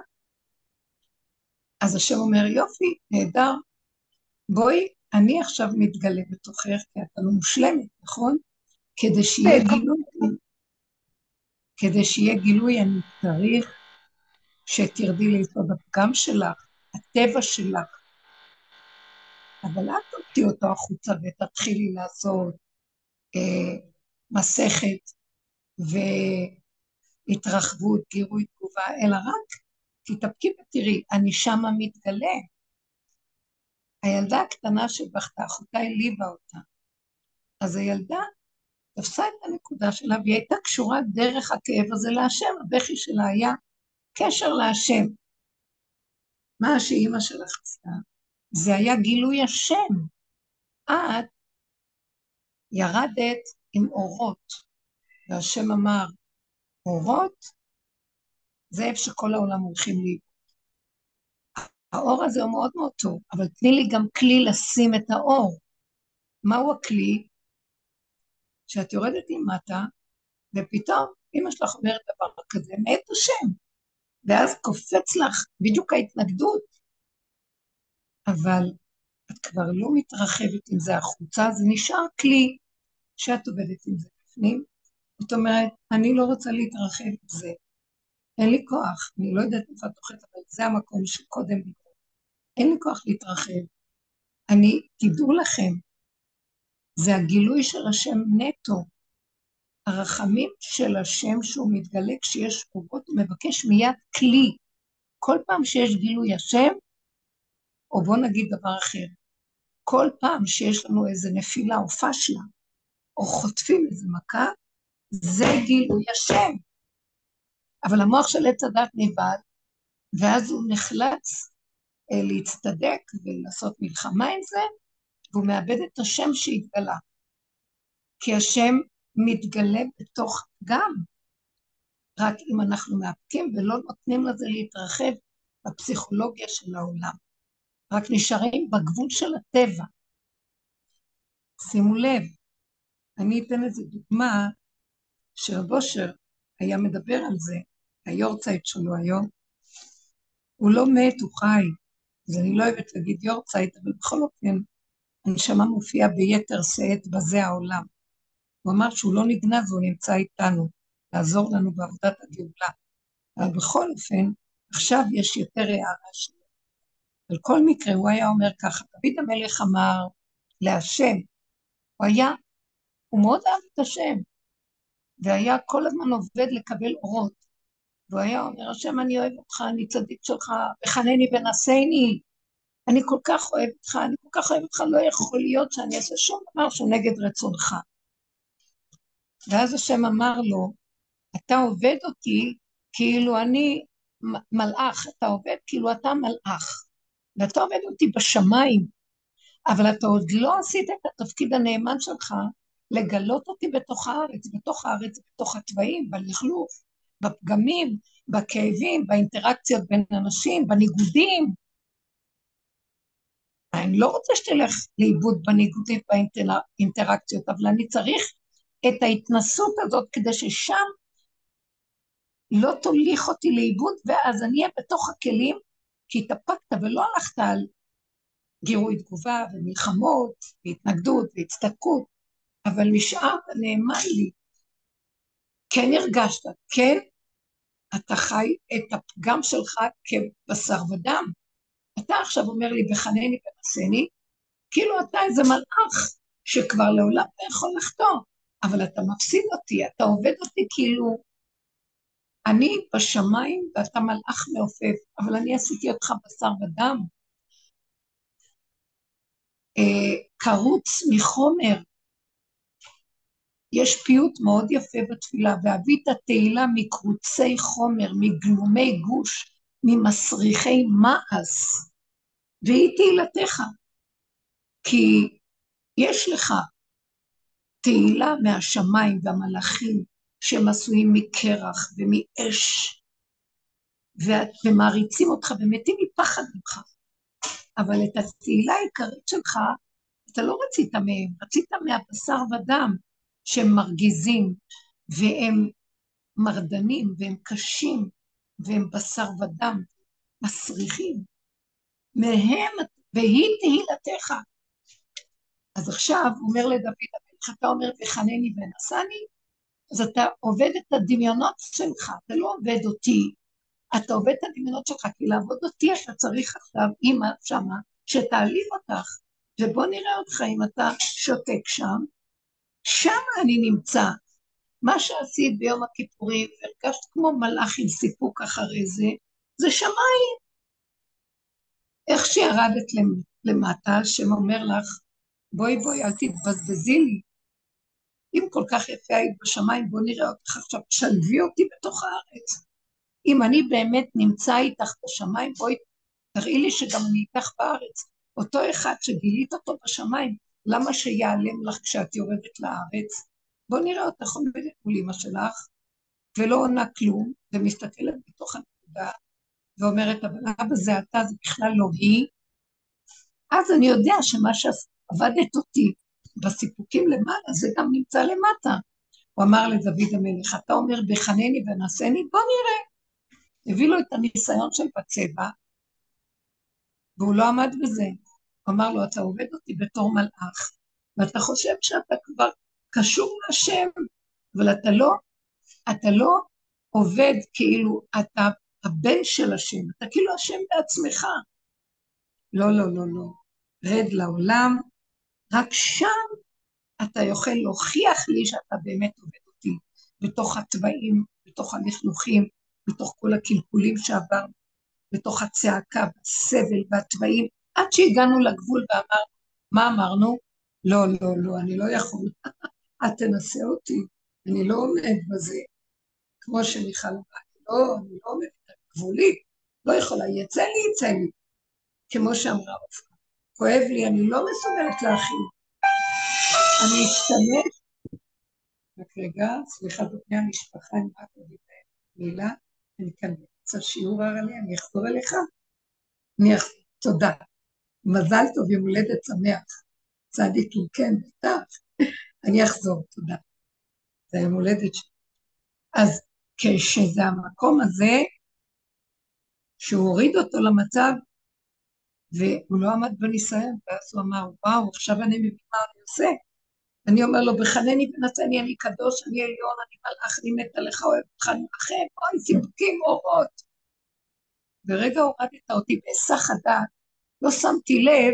אז השם אומר, יופי, נהדר, בואי, אני עכשיו מתגלה בתוכך, כי אתה לא מושלמת, נכון? כדי שיהיה גילוי, אני צריך שתרדי ליסוד הפגם שלך, הטבע שלך, אבל את תוציא אותו החוצה ותתחילי לעשות מסכת והתרחבות, גירוי תגובה, אלא רק תתאפקי ותראי, אני שמה מתגלה. הילדה הקטנה שבכתה, אחותה הליבה אותה, אז הילדה תפסה את הנקודה שלה, והיא הייתה קשורה דרך הכאב הזה להשם, הבכי שלה היה קשר להשם. מה שאימא שלך עשתה? זה היה גילוי השם. את ירדת עם אורות, והשם אמר, אורות זה איפה שכל העולם הולכים לי. האור הזה הוא מאוד מאוד טוב, אבל תני לי גם כלי לשים את האור. מהו הכלי? כשאת יורדת למטה, ופתאום אמא שלך אומרת דבר כזה, מאת השם, ואז קופץ לך בדיוק ההתנגדות, אבל את כבר לא מתרחבת עם זה החוצה, זה נשאר כלי שאת עובדת עם זה בפנים, זאת אומרת, אני לא רוצה להתרחב עם זה, אין לי כוח, אני לא יודעת איפה את אוכלת, אבל זה המקום שקודם דיבר, אין לי כוח להתרחב, תדעו לכם, זה הגילוי של השם נטו, הרחמים של השם שהוא מתגלה כשיש חובות, הוא מבקש מיד כלי, כל פעם שיש גילוי השם, או בוא נגיד דבר אחר, כל פעם שיש לנו איזה נפילה או פשלה, או חוטפים איזה מכה, זה גילוי השם. אבל המוח של עץ הדת נבד, ואז הוא נחלץ להצטדק ולעשות מלחמה עם זה, והוא מאבד את השם שהתגלה. כי השם מתגלה בתוך גם, רק אם אנחנו מאפקים ולא נותנים לזה להתרחב בפסיכולוגיה של העולם. רק נשארים בגבול של הטבע. שימו לב, אני אתן איזו דוגמה שרב אושר היה מדבר על זה, היורצייט שלו היום, הוא לא מת, הוא חי, אז אני לא אוהבת להגיד יורצייט, אבל בכל אופן, הנשמה מופיעה ביתר שאת בזה העולם. הוא אמר שהוא לא נגנז, הוא נמצא איתנו, לעזור לנו בעבודת הגאולה. אבל בכל אופן, עכשיו יש יותר הערה שלו. על כל מקרה הוא היה אומר ככה, דוד המלך אמר להשם, הוא מאוד אהב את השם, והיה כל הזמן עובד לקבל אורות, והוא היה אומר, השם אני אוהב אותך, אני צדיק שלך, וחנני ונשאני, אני כל כך אוהב אותך, לא יכול להיות שאני אעשה שום דבר שהוא נגד רצונך. ואז השם אמר לו, אתה עובד אותי כאילו אני מלאך, אתה עובד כאילו אתה מלאך, ואתה עובד אותי בשמיים, אבל אתה עוד לא עשית את התפקיד הנאמן שלך, לגלות אותי בתוך הארץ, בתוך הטבעים, בלכלוך, בפגמים, בכאבים, באינטראקציות בין אנשים, בניגודים. אני לא רוצה שתלך לאיבוד בניגודים, באינטראקציות, אבל אני צריך את ההתנסות הזאת, כדי ששם לא תוליך אותי לאיבוד, ואז אני אהיה בתוך הכלים, כי התאפקת ולא הלכת על גירוי תגובה ומלחמות, והתנגדות והצטדקות, אבל נשארת נאמן לי. כן הרגשת, כן, אתה חי את הפגם שלך כבשר ודם. אתה עכשיו אומר לי, בחנני ונשאני, כאילו אתה איזה מלאך, שכבר לעולם לא יכול לחתום, אבל אתה מפסיד אותי, אתה עובד אותי כאילו, אני בשמיים ואתה מלאך מעופף, אבל אני עשיתי אותך בשר ודם. קרוץ מחומר, יש פיוט מאוד יפה בתפילה, והבית התהילה מקרוצי חומר, מגלומי גוש, ממסריחי מעש, והיא תהילתך, כי יש לך תהילה מהשמיים והמלאכים, שהם עשויים מקרח ומאש, ומעריצים אותך ומתים מפחד ממך, אבל את התהילה העיקרית שלך, אתה לא רצית מהם, רצית מהבשר ודם, שהם מרגיזים, והם מרדנים, והם קשים, והם בשר ודם, מסריחים, מהם, והיא תהילתך. אז עכשיו אומר לדוד המלך, אתה אומר וחנני ונשאני, אז אתה עובד את הדמיונות שלך, אתה לא עובד אותי, אתה עובד את הדמיונות שלך, כי לעבוד אותי אתה צריך עכשיו אמא שמה, שתעליב אותך, ובוא נראה אותך אם אתה שותק שם אני נמצא. מה שעשית ביום הכיפורים, הרגשת כמו מלאך עם סיפוק אחרי זה, זה שמיים. איך שירדת למטה, השם אומר לך, בואי, אל תתבזבזי לי. אם כל כך יפה היית בשמיים, בוא נראה אותך עכשיו, שלבי אותי בתוך הארץ. אם אני באמת נמצא איתך בשמיים, בואי, תראי לי שגם אני איתך בארץ. אותו אחד שגילית אותו בשמיים, למה שיעלם לך כשאת יורדת לארץ? בוא נראה אותך עומדת מול אמא שלך, ולא עונה כלום, ומסתכלת בתוך הנקודה, ואומרת, אבל אבא זה אתה, זה בכלל לא היא. אז אני יודע שמה שעבדת אותי בסיפוקים למעלה, זה גם נמצא למטה. הוא אמר לדוד המלך, אתה אומר בחנני ונשני, בוא נראה. הביא לו את הניסיון של בצבע, והוא לא עמד בזה. הוא אמר לו, אתה עובד אותי בתור מלאך, ואתה חושב שאתה כבר קשור לשם, אבל אתה לא עובד כאילו אתה הבן של השם, אתה כאילו השם בעצמך. לא, לא, לא, לא. רד לעולם, רק שם אתה יכול להוכיח לי שאתה באמת עובד אותי, בתוך הטבעים, בתוך הלכלוכים, בתוך כל הקלקולים שעבר, בתוך הצעקה, בסבל, והטבעים, עד שהגענו לגבול ואמר, מה אמרנו? לא, לא, לא, אני לא יכול. אל תנסה אותי, אני לא עומד בזה, כמו שמיכל אמרה, לא, אני לא עומד גבולי, לא יכולה, יצא לי, כמו שאמרה רופאה, כואב לי, אני לא מסוגלת להכין, אני אשתמש, רק רגע, סליחה בפני המשפחה, אני רק אגיד מילה, אני כאן באמצע שיעור עלי, אני אחזור אליך, תודה, מזל טוב, יום הולדת שמח, צדיקים, כן, בטח, אני אחזור, תודה, זה יום הולדת שלי. אז כשזה המקום הזה, שהוא הוריד אותו למצב, והוא לא עמד בניסיון, ואז הוא אמר, וואו, עכשיו אני מבין מה אני עושה. אני אומר לו, בחנני ונשני, אני קדוש, אני עליון, אני מלאך, אני מתה לך, אוהב אותך, אני לכם, אוי, סיפוקים, אורות. ורגע הורדת אותי בהיסח הדעת, לא שמתי לב,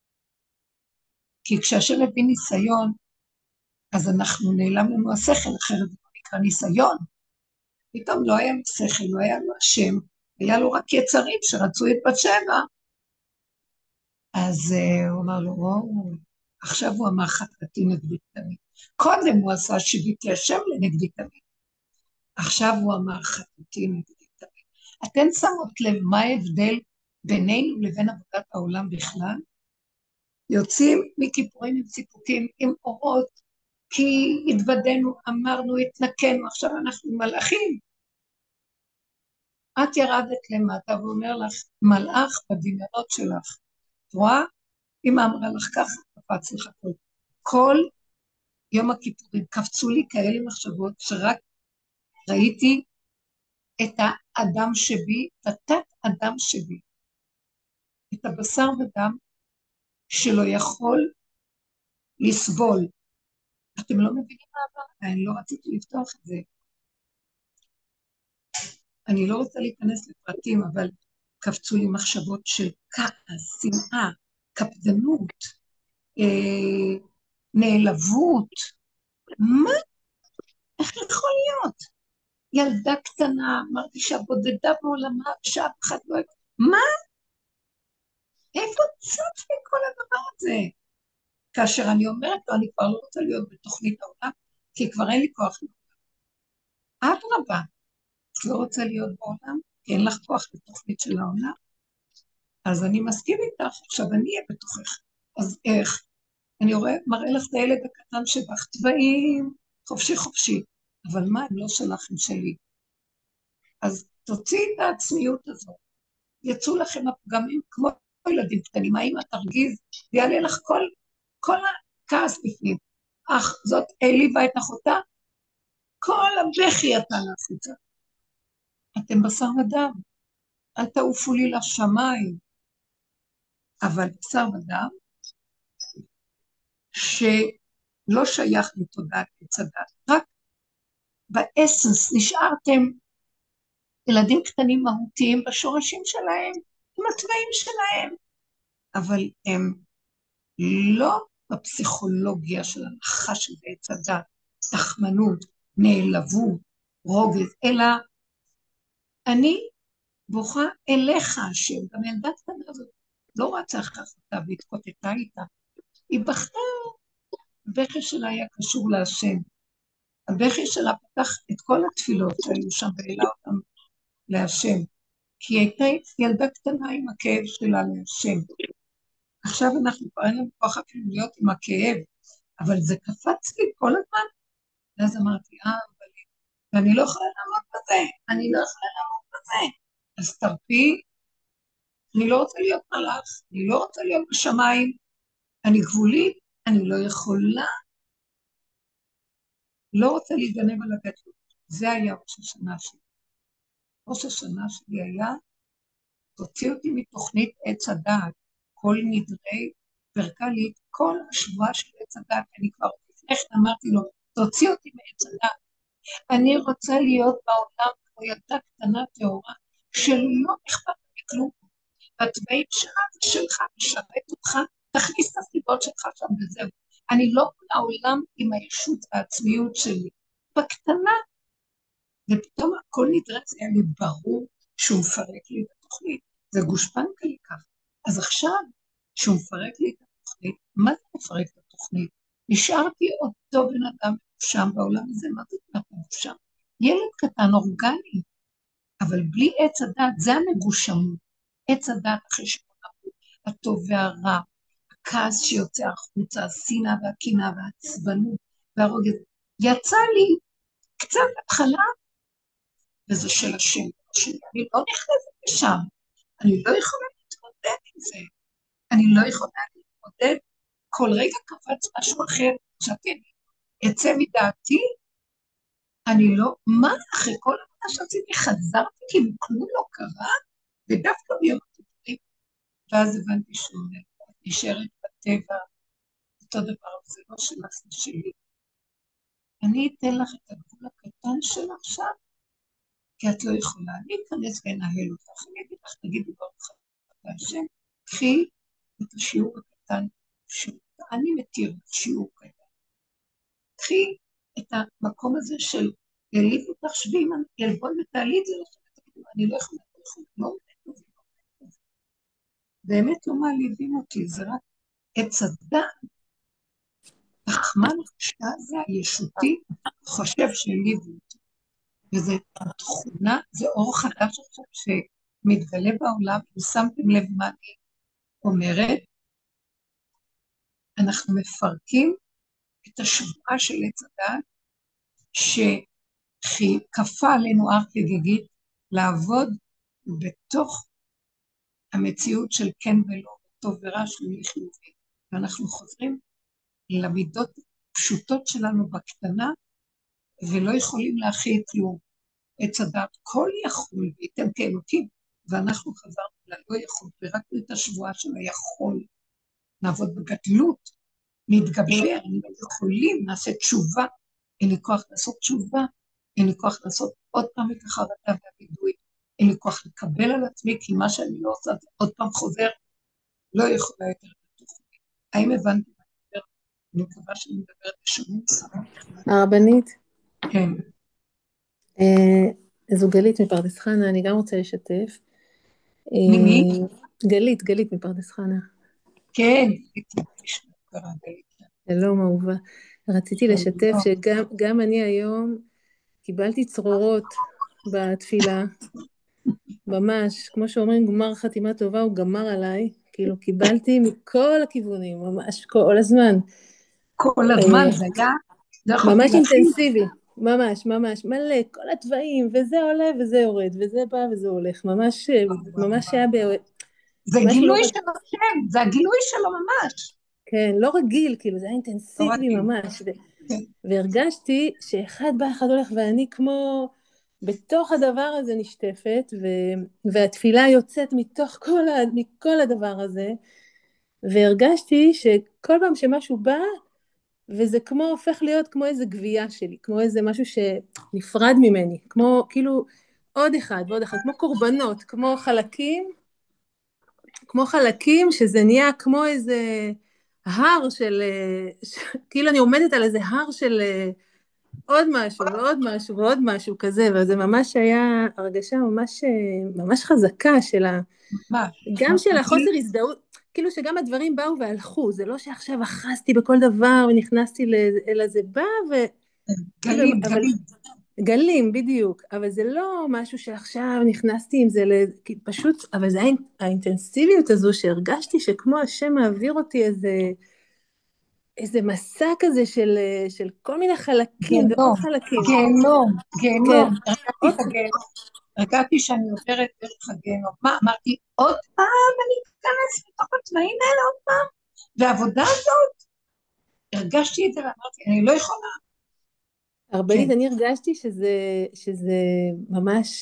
כי כשהשם מביא ניסיון, אז אנחנו נעלם לנו השכל, אחרת זה נקרא ניסיון. פתאום לא היה לו שכל, לא היה לו השם, היה לו רק יצרים שרצו את בת שבע. אז הוא אמר לו, עכשיו הוא אמר חטאתי נגדי תמיד. קודם הוא עשה שיביתי השם לנגדי תמיד. עכשיו הוא אמר חטאתי נגדי תמיד. אתן שמות לב מה ההבדל בינינו לבין עבודת העולם בכלל? יוצאים מכיפורים עם סיפוקים, עם אורות, כי התוודנו, אמרנו, התנקנו, עכשיו אנחנו מלאכים. את ירדת למטה ואומר לך, מלאך בדמיונות שלך. את רואה? אמא אמרה לך ככה, קפץ לך כל. כל יום הכיפורים קפצו לי כאלה מחשבות שרק ראיתי את האדם שבי, את התת אדם שבי, את הבשר ודם שלא יכול לסבול. אתם לא מבינים מה עבר? אני לא רציתי לפתוח את זה. אני לא רוצה להיכנס לפרטים, אבל קפצו לי מחשבות של כעס, שנאה, קפדנות, נעלבות. מה? איך יכול להיות? ילדה קטנה, מרגישה בודדה בעולמה, שאף אחד לא... מה? איפה צף כל הדבר הזה? כאשר אני אומרת לו, אני כבר לא רוצה להיות בתוכנית העולם, כי כבר אין לי כוח. אדרבה, את לא רוצה להיות בעולם, כי אין לך כוח בתוכנית של העולם. אז אני מסכים איתך, עכשיו אני אהיה בתוכך. אז איך? אני מראה לך את הילד הקטן שבך, טבעים, חופשי חופשי. אבל מה, הם לא שלכם שלי. אז תוציאי את העצמיות הזאת. יצאו לכם הפגמים כמו ילדים קטנים, האמא תרגיז, ויעלה לך כל הכעס בפנים. אך זאת העליבה את אחותה, כל הבכי יצא להחוצה. אתם בשר ודם, אל תעופו לי לשמיים. אבל בשר ודם, שלא שייך לתודעת לצדת, רק באסנס נשארתם ילדים קטנים מהותיים בשורשים שלהם, עם הצבעים שלהם, אבל הם לא בפסיכולוגיה של הנחש ועץ הדת, תחמנות, נעלבות, רוגז, אלא אני בוכה אליך השם, גם ילדה קטנה הזאת, לא רצה אחת אותה והתקוטטה איתה, היא בכתה, הבכי שלה היה קשור להשם, הבכי שלה פתח את כל התפילות שהיו שם והעלה אותם להשם, כי היא הייתה ילדה קטנה עם הכאב שלה להשם. עכשיו אנחנו כבר אין לנו כוח אפילו להיות עם הכאב, אבל זה קפץ לי כל הזמן, ואז אמרתי, ואני לא יכולה לעמוד בזה, אז תרפי, אני לא רוצה להיות מלאך, אני לא רוצה להיות בשמיים, אני גבולית, אני לא יכולה לא רוצה להתגנב על הגדלות. זה היה ראש השנה שלי. ראש השנה שלי היה, תוציא אותי מתוכנית עץ הדעת, כל נדרי פרקלית, כל השבועה של עץ הדעת, אני כבר לפני כן אמרתי לו, תוציא אותי מעץ הדעת. אני רוצה להיות בעולם כמו ילדה קטנה טהורה, שלא אכפת לי כלום. והטבעים שלך משרת אותך, תכניס את הסיבות שלך שם וזהו. אני לא לעולם עם הישות והעצמיות שלי. בקטנה, ופתאום הכל נדרץ, היה לי ברור שהוא מפרק לי את התוכנית. זה גושפנקה לי כך. אז עכשיו, שהוא מפרק לי את התוכנית, מה זה מפרק את התוכנית? נשארתי אותו בן אדם שם בעולם הזה, מה זאת אומרת שם? ילד קטן, אורגני, אבל בלי עץ הדת, זה המגושמות. עץ הדת אחרי שמונה, הטוב והרע, הכעס שיוצא החוצה, השנאה והקנאה והעצבנות והרוגז. יצא לי קצת התחלה, וזה של השם שלי. אני לא נכנסת לשם, אני לא יכולה להתמודד עם זה. אני לא יכולה להתמודד, כל רגע קפץ משהו אחר, שאתי אני אצא מדעתי, אני לא, מה אחרי כל מה שעשיתי, חזרתי כי כלום לא קרה, ודווקא ביום התקורים, ואז הבנתי שהוא נשארת בטבע, אותו דבר, זה לא שלך, זה שלי. אני אתן לך את הגבול הקטן של עכשיו, כי את לא יכולה, אני אכנס ואנהל אותך, אני אגיד לך, תגידי ברוך אתה השם, קחי את השיעור הקטן, שאני מתיר לך שיעור קטן, קחי את המקום הזה של להעליב אותך שבי, ילבון ותעלי את זה לכם, אני לא יכולה, לא באמת לא מעליבים אותי, זה רק עץ הדעת, החמן החשתה הזה, הישותי, חושב שהעליבו אותי, וזו תכונה, זה אור חדש עכשיו שמתגלה בעולם, ושמתם לב מה אני אומרת, אנחנו מפרקים את השבועה של עץ הדעת, שכפה עלינו הר כגיגית, לעבוד בתוך המציאות של כן ולא, טוב ורע שלי חיובי, ואנחנו חוזרים למידות פשוטות שלנו בקטנה, ולא יכולים להכיל כלום. עץ הדעת כל יכול, ואתם כאלוקים, ואנחנו חזרנו ללא יכול, ורקנו את השבועה של היכול, נעבוד בגדלות, נתגבר, אנחנו יכולים, נעשה תשובה, אין לי כוח לעשות תשובה, אין לי כוח לעשות עוד פעם את החרטה והבידוי, אין לי כוח לקבל על עצמי, כי מה שאני לא עושה, זה עוד פעם חוזר, לא יכולה יותר לתוכנית. האם הבנתי מה אני מדברת? אני מקווה שאני מדברת בשמות. הרבנית? כן. זו גלית מפרדס חנה, אני גם רוצה לשתף. ממי? גלית מפרדס חנה. כן, גלית. שלום אהובה. רציתי לשתף שגם אני היום קיבלתי צרורות בתפילה, ממש, כמו שאומרים, גמר חתימה טובה, הוא גמר עליי, כאילו קיבלתי מכל הכיוונים, ממש כל הזמן. כל הזמן זה היה, ממש אינטנסיבי, ממש, מלא, כל התוואים, וזה עולה וזה יורד, וזה בא וזה הולך, ממש היה זה גילוי של השם, זה הגילוי שלו ממש. כן, לא רגיל, כאילו, זה היה אינטנסיבי ממש, והרגשתי שאחד בא, אחד הולך, ואני כמו בתוך הדבר הזה נשטפת, והתפילה יוצאת מתוך מכל הדבר הזה, והרגשתי שכל פעם שמשהו בא, וזה כמו הופך להיות כמו איזה גבייה שלי, כמו איזה משהו שנפרד ממני, כמו כאילו עוד אחד ועוד אחד, כמו קורבנות, כמו חלקים שזה נהיה כמו איזה הר של, כאילו אני עומדת על איזה הר של עוד משהו ועוד משהו ועוד משהו כזה, וזה ממש היה הרגשה ממש חזקה של גם של החוסר הזדהות, כאילו שגם הדברים באו והלכו, זה לא שעכשיו אחזתי בכל דבר ונכנסתי אלא זה בא גלים בדיוק, אבל זה לא משהו שעכשיו נכנסתי עם זה, פשוט, אבל זה האינטנסיביות הזו שהרגשתי שכמו השם מעביר אותי איזה מסע כזה של כל מיני חלקים, ועוד חלקים. גיהנום, הרגעתי שאני עוברת דרך הגיהנום, מה אמרתי, עוד פעם אני אכנס לתוך התנאים האלה עוד פעם, והעבודה הזאת, הרגשתי את זה ואמרתי, אני לא יכולה. הרבנית, כן. אני הרגשתי שזה ממש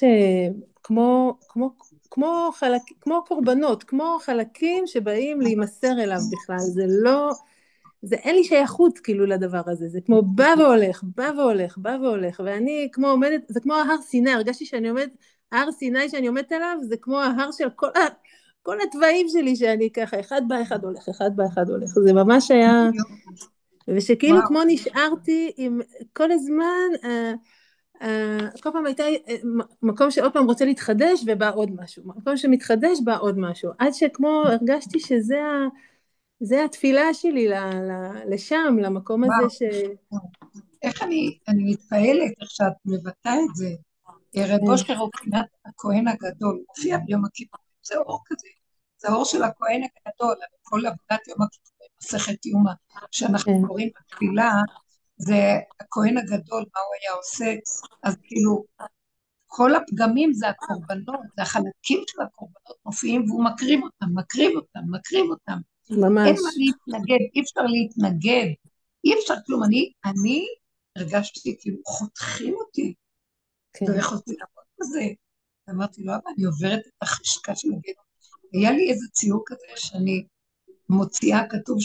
כמו קורבנות, כמו חלקים שבאים להימסר אליו בכלל, זה לא, אין לי שייכות כאילו לדבר הזה, זה כמו בא והולך, בא והולך, בא והולך, ואני כמו עומדת, זה כמו ההר סיני, הרגשתי שאני עומדת, הר סיני שאני עומדת עליו, זה כמו ההר של כל התוואים שלי שאני ככה, אחד בא אחד הולך, אחד בא אחד הולך, זה ממש היה, ושכאילו וואו. כמו נשארתי עם כל הזמן, כל פעם הייתה מקום שעוד פעם רוצה להתחדש ובא עוד משהו, מקום שמתחדש בא עוד משהו, עד שכמו הרגשתי זה התפילה שלי לשם, למקום הזה וואו. איך אני מתפעלת איך שאת מבטאה את זה. רב אושר הוא בחינת הכהן הגדול, מופיע ביום הכיפורים, זה אור כזה, זה אור של הכהן הגדול, כל עבודת יום הכיפורים, מסכת יומא, שאנחנו קוראים בתפילה, זה הכהן הגדול, מה הוא היה עושה, אז כאילו, כל הפגמים זה הקורבנות, זה החלקים של הקורבנות מופיעים, והוא מקריב אותם, ממש. אין מה להתנגד, אי אפשר להתנגד, אי אפשר כלום, אני הרגשתי כאילו חותכים אותי, כן. לא יכולתי לעבוד בזה. אמרתי לו, אבל אני עוברת את החשקה של הגיהנום. היה לי איזה ציור כזה שאני מוציאה, כתוב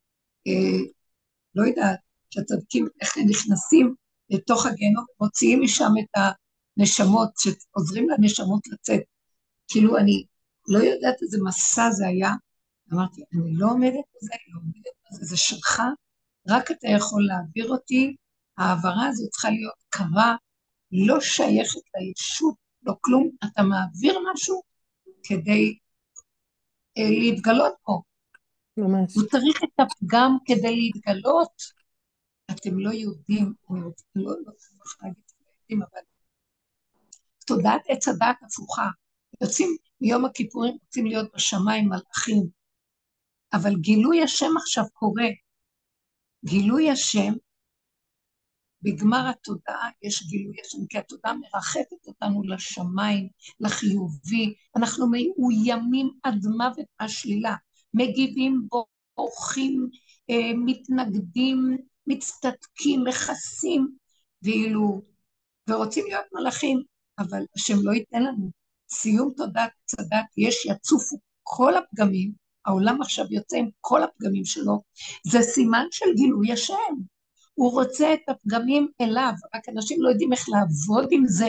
לא יודעת, שהצדקים איך הם נכנסים לתוך הגיהנום, מוציאים משם את הנשמות, שעוזרים לנשמות לצאת. כאילו אני לא יודעת איזה מסע זה היה. אמרתי, אני לא עומדת בזה, לא עומדת בזה, זה שלך, רק אתה יכול להעביר אותי, העברה הזו צריכה להיות קרה, לא שייכת לישות, לא כלום, אתה מעביר משהו כדי להתגלות פה. ממש. הוא צריך את הפגם כדי להתגלות. אתם לא יודעים, אני לא יכולה להגיד את יודעים, אבל תודעת עץ הדעת הפוכה. יוצאים מיום הכיפורים, רוצים להיות בשמיים מלאכים, אבל גילוי השם עכשיו קורה. גילוי השם, בגמר התודעה יש גילוי השם, כי התודעה מרחפת אותנו לשמיים, לחיובי, אנחנו מאוימים עד מוות מהשלילה, מגיבים, בורחים, מתנגדים, מצטדקים, מכסים, ורוצים להיות מלאכים, אבל השם לא ייתן לנו. סיום תודעת צדק, יצופו כל הפגמים, העולם עכשיו יוצא עם כל הפגמים שלו, זה סימן של גילוי השם. הוא רוצה את הפגמים אליו, רק אנשים לא יודעים איך לעבוד עם זה.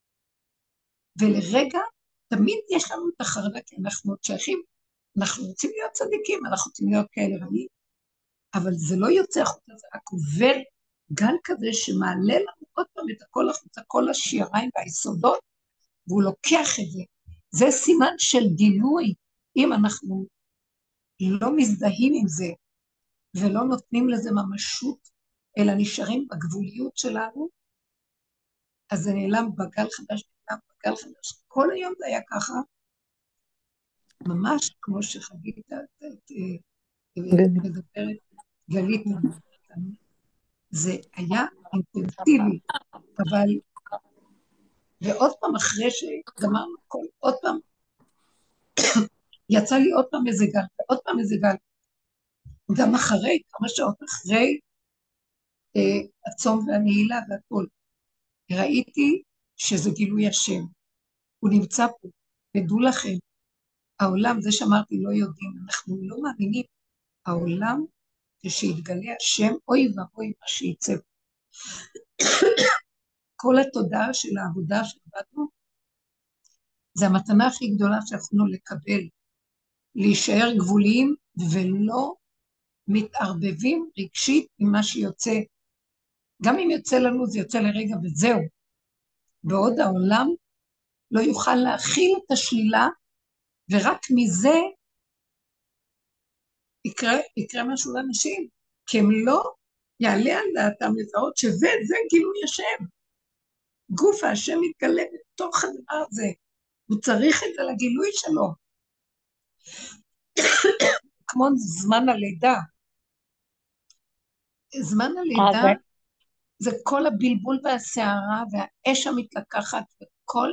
ולרגע, תמיד יש לנו את החרדה, כי אנחנו עוד שייכים, אנחנו רוצים להיות צדיקים, אנחנו רוצים להיות כאלה רעים, אבל זה לא יוצא החוצה, זה רק עובר גל כזה שמעלה לנו עוד פעם את הכל החוצה, כל השיריים והיסודות, והוא לוקח את זה. זה סימן של גילוי, אם אנחנו לא מזדהים עם זה, ולא נותנים לזה ממשות, אלא נשארים בגבוליות שלנו, אז זה נעלם בגל חדש, כל היום זה היה ככה, ממש כמו שחגית מדברת, גלית מדברת, זה היה אינטנסיבי, אבל, ועוד פעם אחרי שגמרנו הכל, עוד פעם, יצא לי עוד פעם איזה גל, ועוד פעם איזה גל, גם אחרי, כמה שעות אחרי הצום והנעילה והכל, ראיתי שזה גילוי השם, הוא נמצא פה, תדעו לכם, העולם, זה שאמרתי לא יודעים, אנחנו לא מאמינים, העולם, כשיתגלה השם, אוי ואוי מה שיצא. כל התודעה של העבודה שעבדנו, זה המתנה הכי גדולה שיכולנו לקבל, להישאר גבוליים ולא מתערבבים רגשית עם מה שיוצא. גם אם יוצא לנו זה יוצא לרגע וזהו. בעוד העולם לא יוכל להכיל את השלילה, ורק מזה יקרה משהו לאנשים, כי הם לא יעלה על דעתם לזהות שזה גילוי השם. גוף השם מתגלה בתוך הדבר הזה, הוא צריך את זה לגילוי שלו. כמו זמן הלידה. זמן הלידה זה כל הבלבול והשערה והאש המתלקחת וכל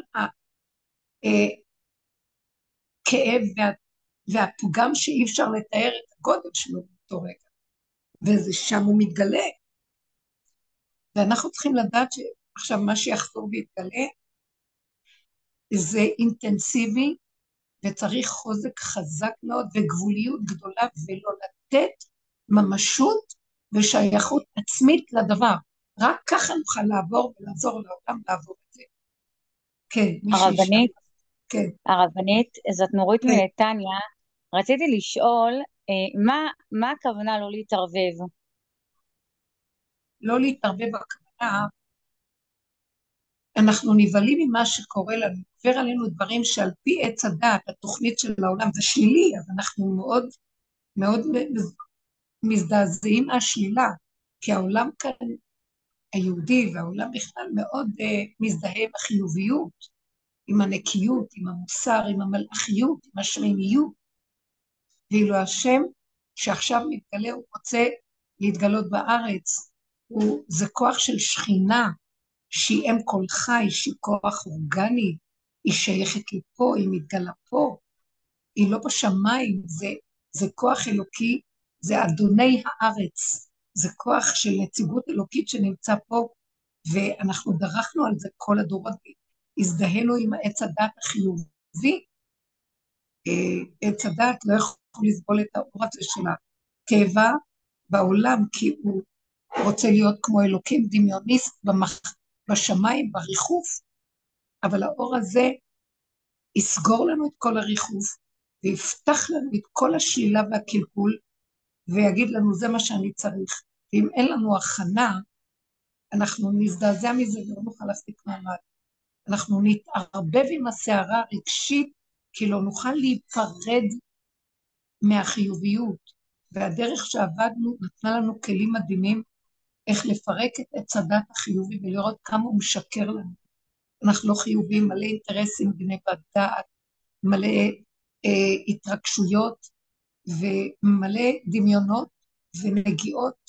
הכאב והפגם שאי אפשר לתאר את הגודל שלו באותו רגע. וזה שם הוא מתגלה. ואנחנו צריכים לדעת שעכשיו מה שיחזור ויתגלה, זה אינטנסיבי, וצריך חוזק חזק מאוד וגבוליות גדולה, ולא לתת ממשות ושייכות עצמית לדבר. רק ככה נוכל לעבור ולעזור לעולם לעבור את זה. כן, מישהי ישאל. הרבנית, כן, הרבנית, זאת נורית כן. מנתניה. רציתי לשאול, מה הכוונה לא להתערבב? לא להתערבב הכוונה, אנחנו נבהלים ממה שקורה לנו, עובר עלינו דברים שעל פי עץ הדעת, התוכנית של העולם זה שלילי, אז אנחנו מאוד מאוד מזדעזעים מהשלילה, כי העולם כאן, היהודי והעולם בכלל מאוד מזדהה עם החיוביות, עם הנקיות, עם המוסר, עם המלאכיות, עם השמיניות, ואילו השם שעכשיו מתגלה, הוא רוצה להתגלות בארץ, זה כוח של שכינה, שהיא אם כל חי, שהיא כוח אורגני, היא שייכת לפה, היא מתגלה פה, היא לא בשמיים, זה כוח אלוקי, זה אדוני הארץ, זה כוח של נציגות אלוקית שנמצא פה, ואנחנו דרכנו על זה כל הדורות, הזדהינו עם העץ הדת החיובי, עץ הדת לא יכול לסבול את האור הזה של הטבע בעולם, כי הוא רוצה להיות כמו אלוקים דמיוניסט בשמיים, בריחוף, אבל האור הזה יסגור לנו את כל הריחוף, ויפתח לנו את כל השלילה והקלקול, ויגיד לנו זה מה שאני צריך. ואם אין לנו הכנה, אנחנו נזדעזע מזה ולא נוכל להחזיק מעמד. אנחנו נתערבב עם הסערה הרגשית, כי לא נוכל להיפרד מהחיוביות. והדרך שעבדנו נתנה לנו כלים מדהימים, איך לפרק את עץ הדת החיובי ולראות כמה הוא משקר לנו. אנחנו לא חיוביים, מלא אינטרסים, גנבת דעת, מלא התרגשויות, ומלא דמיונות ונגיעות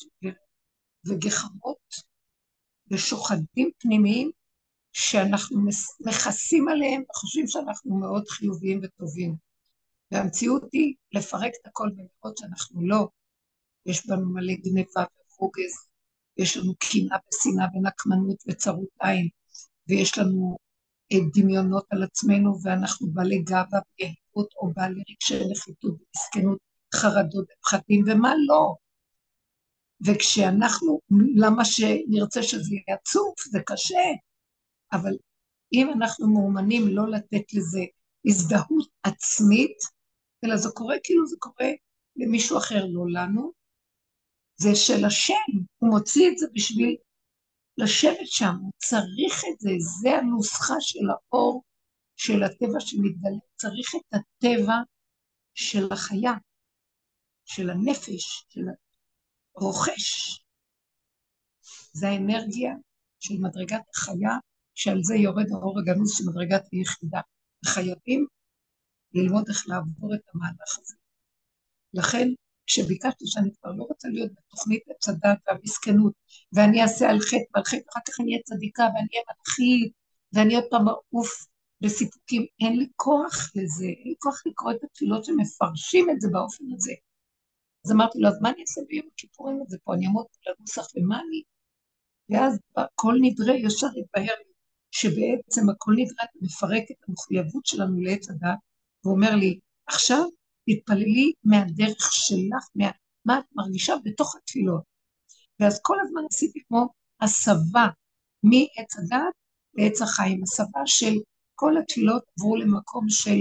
וגחמות ושוחדים פנימיים שאנחנו מכסים עליהם וחושבים שאנחנו מאוד חיוביים וטובים. והמציאות היא לפרק את הכל ולראות שאנחנו לא. יש בנו מלא גנבה ורוגז, יש לנו קנאה ושנאה ונקמנות וצרות עין, ויש לנו דמיונות על עצמנו, ואנחנו בעלי גאווה ויהירות, או בעלי רגשי נחיתות ומסכנות, חרדות ופחדים, ומה לא. וכשאנחנו, למה שנרצה שזה יהיה עצוב, זה קשה, אבל אם אנחנו מאומנים לא לתת לזה הזדהות עצמית, אלא זה קורה כאילו זה קורה למישהו אחר, לא לנו, זה של השם, הוא מוציא את זה בשביל לשבת שם, הוא צריך את זה, זה הנוסחה של האור, של הטבע שמתגלה, צריך את הטבע של החיה, של הנפש, של הרוכש. זה האנרגיה של מדרגת החיה, שעל זה יורד האור הגנוז של מדרגת היחידה. חייבים ללמוד איך לעבור את המהלך הזה. לכן, כשביקשתי שאני כבר לא רוצה להיות בתוכנית הצדת והמסכנות, ואני אעשה על חטא ועל חטא, אחר כך אני אהיה צדיקה ואני אהיה מלאכית, ואני עוד פעם מעוף בסיפוקים, אין לי כוח לזה, אין לי כוח לקרוא את התפילות שמפרשים את זה באופן הזה. אז אמרתי לו, אז מה אני אעשה ביום הכיפורים הזה פה, אני אמות לנוסח ומה אני? ואז כל נדרי ישר התבהר לי, שבעצם הכל נדרי מפרק את המחויבות שלנו לעץ הדת, ואומר לי, עכשיו תתפללי מהדרך שלך, מה את מרגישה בתוך התפילות. ואז כל הזמן עשיתי כמו הסבה מעץ הדת לעץ החיים, הסבה של כל התפילות עברו למקום של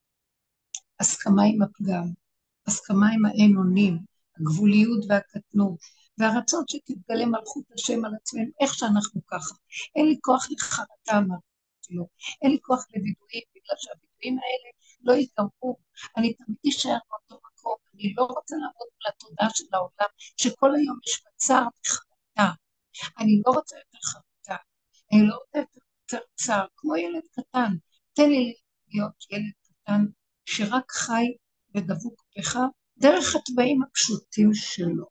הסכמה עם הפגם, הסכמה עם האין אונים, הגבוליות והקטנות, והרצון שתתגלה מלכות השם על עצמנו, איך שאנחנו ככה. אין לי כוח לחרטה, אמרתי לו, אין לי כוח לבידועים, בגלל שהבידועים האלה לא יתגמרו, אני תמיד אשאר באותו מקום, אני לא רוצה לעבוד לתודעה של העולם, שכל היום יש בצער וחרטה, אני לא רוצה יותר חרטה, אני לא רוצה יותר צער, כמו ילד קטן, תן לי להיות ילד קטן, שרק חי ודבוק בך, דרך הטבעים הפשוטים שלו.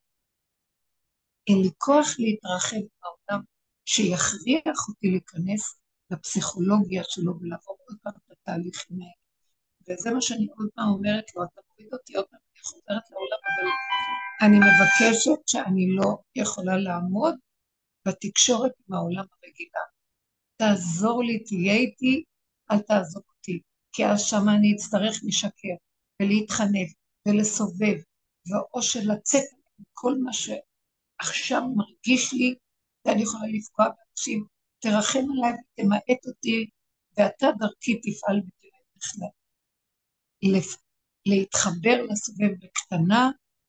אין לי כוח להתרחב בעולם, שיכריח אותי להיכנס לפסיכולוגיה שלו, ולעבור עוד פעם את התהליכים האלה. וזה מה שאני עוד פעם אומרת לו, אתה מוריד אותי עוד פעם, אני חוזרת לעולם, אבל אני מבקשת שאני לא יכולה לעמוד בתקשורת עם העולם הרגילה. תעזור לי, תהיה איתי, אל תעזוב אותי, כי אז שמה אני אצטרך לשקר, ולהתחנף, ולסובב, או שלצאת כל מה שעכשיו מרגיש לי, ואני יכולה לפגוע באנשים, תרחם עליי ותמעט אותי, ואתה דרכי תפעל ותראה בכלל. להתחבר לסובב בקטנה,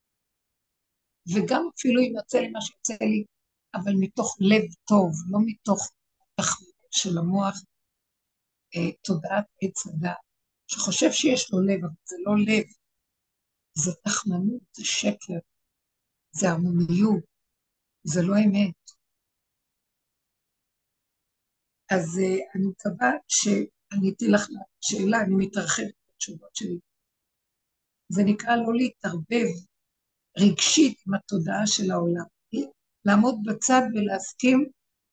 וגם אפילו אם יוצא לי מה שיוצא לי, אבל מתוך לב טוב, לא מתוך תחמות של המוח, תודעת עץ הדעת, שחושב שיש לו לב, אבל זה לא לב, זה תחמנות, זה שקר, זה הרמוניות, זה לא אמת. אז אני מקווה שעניתי לך לשאלה, אני מתרחבת בתשובות שלי. זה נקרא לא להתערבב רגשית עם התודעה של העולם, לעמוד בצד ולהסכים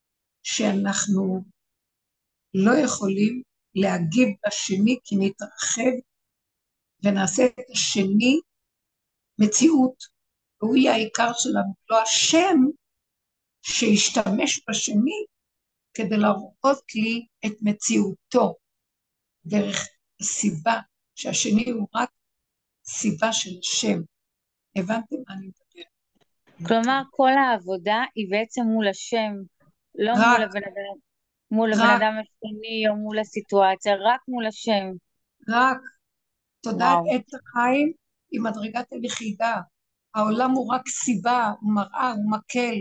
שאנחנו לא יכולים להגיב לשני כי נתרחב ונעשה את השני מציאות, והוא יהיה העיקר שלנו, לא השם שישתמש בשני כדי להראות לי את מציאותו, דרך הסיבה שהשני הוא רק סיבה של השם. הבנתם מה אני מדבר? כלומר, כל העבודה היא בעצם מול השם, לא מול הבן אדם השני או מול הסיטואציה, רק מול השם. רק תודעת עץ החיים היא מדרגת היחידה. העולם הוא רק סיבה, הוא מראה, הוא מקל.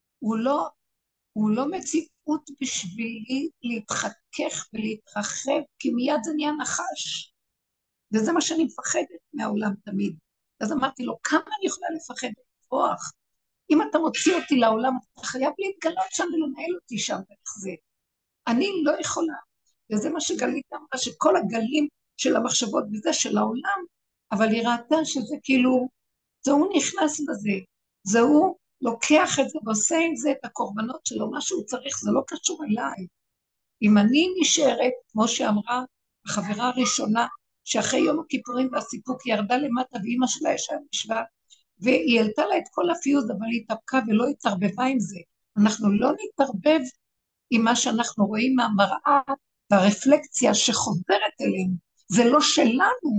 הוא לא מציאות בשבילי להתחכך ולהתרחב, כי מיד זה נהיה נחש. וזה מה שאני מפחדת מהעולם תמיד. אז אמרתי לו, כמה אני יכולה לפחד ולברוח? אם אתה מוציא אותי לעולם, אתה חייב להתגלות שם ולנהל אותי שם דרך זה. אני לא יכולה. וזה מה שגלית אמרה, שכל הגלים של המחשבות וזה של העולם, אבל היא ראתה שזה כאילו, זה הוא נכנס בזה, זה הוא לוקח את זה ועושה עם זה את הקורבנות שלו, מה שהוא צריך, זה לא קשור אליי. אם אני נשארת, כמו שאמרה החברה הראשונה, שאחרי יום הכיפורים והסיפוק היא ירדה למטה, ואימא שלה ישבה משווה, והיא העלתה לה את כל הפיוז, אבל היא התאפקה ולא התערבבה עם זה. אנחנו לא נתערבב עם מה שאנחנו רואים מהמראה, והרפלקציה שחוזרת אלינו. זה לא שלנו.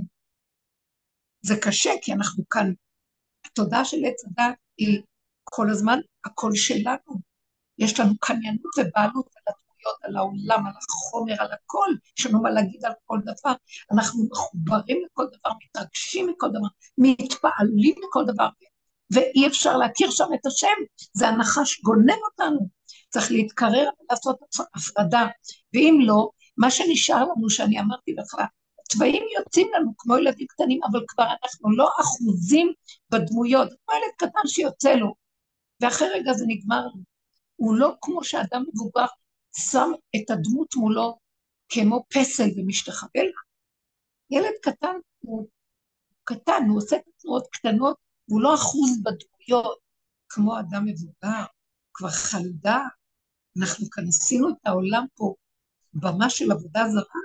זה קשה, כי אנחנו כאן. התודעה של עץ הדת היא כל הזמן הכל שלנו. יש לנו קניינות ובעלות על הדמויות, על העולם, על החומר, על הכל. יש לנו מה להגיד על כל דבר. אנחנו מחוברים לכל דבר, מתרגשים מכל דבר, מתפעלים מכל דבר. ואי אפשר להכיר שם את השם. זה הנחש גונן אותנו. צריך להתקרר ולעשות הפרדה. ואם לא, מה שנשאר לנו, שאני אמרתי לך, צבעים יוצאים לנו כמו ילדים קטנים, אבל כבר אנחנו לא אחוזים בדמויות, כמו ילד קטן שיוצא לו, ואחרי רגע זה נגמר. הוא לא כמו שאדם מבוגר שם את הדמות מולו כמו פסל ומשתחבל. ילד קטן הוא קטן, הוא עושה תנועות קטנות, הוא לא אחוז בדמויות, כמו אדם מבוגר, כבר חלודה. אנחנו כאן עשינו את העולם פה במה של עבודה זרה,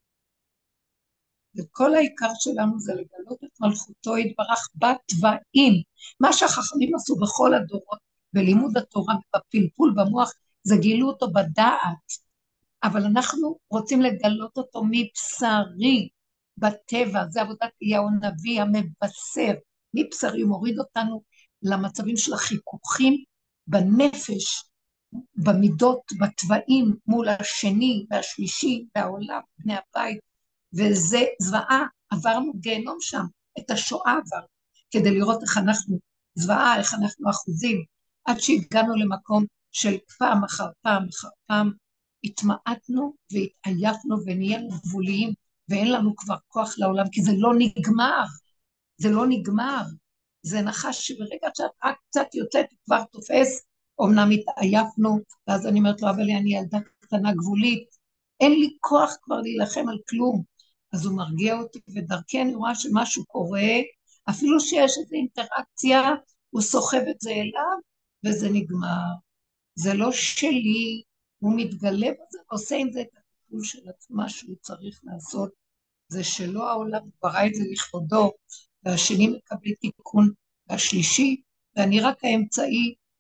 וכל העיקר שלנו זה לגלות את מלכותו יתברך בתוואים. מה שהחכמים עשו בכל הדורות, בלימוד התורה ובפלפול במוח, זה גילו אותו בדעת, אבל אנחנו רוצים לגלות אותו מבשרי, בטבע, זה עבודת אליהו הנביא המבשר, מבשרי, מוריד אותנו למצבים של החיכוכים בנפש, במידות, בתוואים, מול השני והשלישי והעולם, בני הבית, וזה זוועה, עברנו גיהנום שם, את השואה עבר, כדי לראות איך אנחנו זוועה, איך אנחנו אחוזים, עד שהגענו למקום של פעם אחר פעם אחר פעם, התמעטנו והתעייפנו ונהיינו גבוליים, ואין לנו כבר כוח לעולם, כי זה לא נגמר, זה לא נגמר, זה נחש שברגע שאת רק קצת יוצאת, כבר תופס, אמנם התעייפנו, ואז אני אומרת לו, אבל אני ילדה קטנה גבולית, אין לי כוח כבר להילחם על כלום, אז הוא מרגיע אותי, ודרכי אני רואה שמשהו קורה, אפילו שיש איזו אינטראקציה, הוא סוחב את זה אליו, וזה נגמר. זה לא שלי, הוא מתגלה בזה, ועושה עם זה את הטיפול של עצמה שהוא צריך לעשות, זה שלא העולם ברא את זה לכבודו, והשני מקבל תיקון, והשלישי, ואני רק האמצעי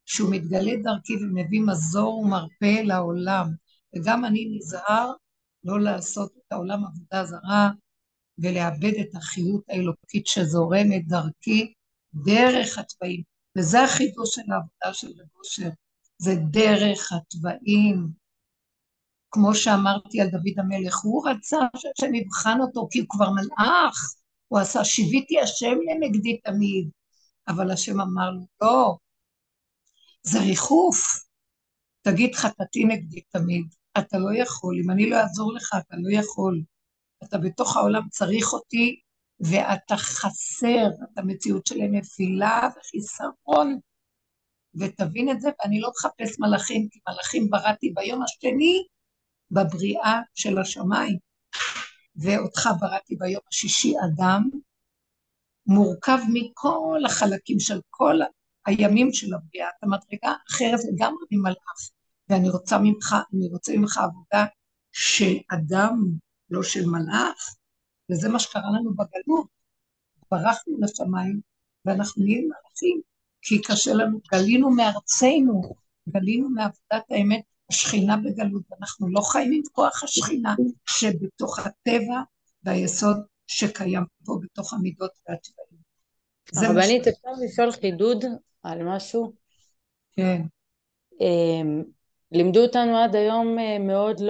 שהוא מתגלה דרכי ומביא מזור ומרפא לעולם. וגם אני נזהר לא לעשות את העולם עבודה זרה, ולאבד את החיות האלוקית שזורמת דרכי, דרך התוואים. וזה החידוש של העבודה של רב אושר, זה דרך התוואים. כמו שאמרתי על דוד המלך, הוא רצה שהשם יבחן אותו, כי הוא כבר מלאך, הוא עשה שיביתי השם לנגדי תמיד, אבל השם אמר לו, לא, זה ריחוף, תגיד חטאתי נגדי תמיד, אתה לא יכול, אם אני לא אעזור לך, אתה לא יכול, אתה בתוך העולם צריך אותי, ואתה חסר, אתה מציאות של נפילה וחיסרון, ותבין את זה, ואני לא מחפש מלאכים, כי מלאכים בראתי ביום השני, בבריאה של השמיים, ואותך בראתי ביום השישי אדם, מורכב מכל החלקים של כל הימים של הבריאה, אתה מדרגה אחרת לגמרי ממלאך, ואני רוצה ממך עבודה של אדם, לא של מלאך, וזה מה שקרה לנו בגלות, ברחנו לשמיים, ואנחנו נהיים מלאכים, כי קשה לנו, גלינו מארצנו, גלינו מעבודת האמת, השכינה בגלות, ואנחנו לא חיים עם כוח השכינה, שבתוך הטבע והיסוד שקיים פה, בתוך המידות והטבעים. הרבנית, אפשר לשאול חידוד על משהו? כן. לימדו אותנו עד היום מאוד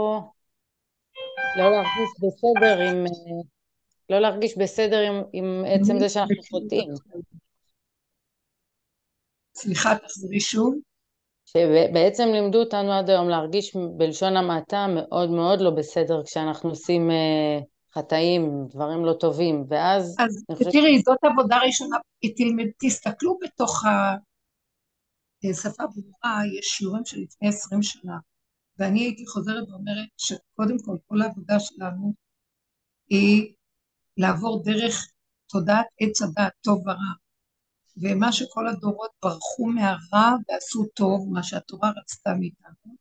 לא להרגיש בסדר לא להרגיש בסדר עם עצם זה שאנחנו חוטאים. סליחה, תחזרי שוב. שבעצם לימדו אותנו עד היום להרגיש בלשון המעטה מאוד מאוד לא בסדר כשאנחנו עושים חטאים, דברים לא טובים, ואז... אז תראי, זאת עבודה ראשונה, תסתכלו בתוך השפה ברורה, יש שיעורים של לפני 20 שנה, ואני הייתי חוזרת ואומרת שקודם כל העבודה שלנו היא לעבור דרך תודעת עץ הדעת, טוב ורע, ומה שכל הדורות ברחו מהרע ועשו טוב, מה שהתורה רצתה מאיתנו,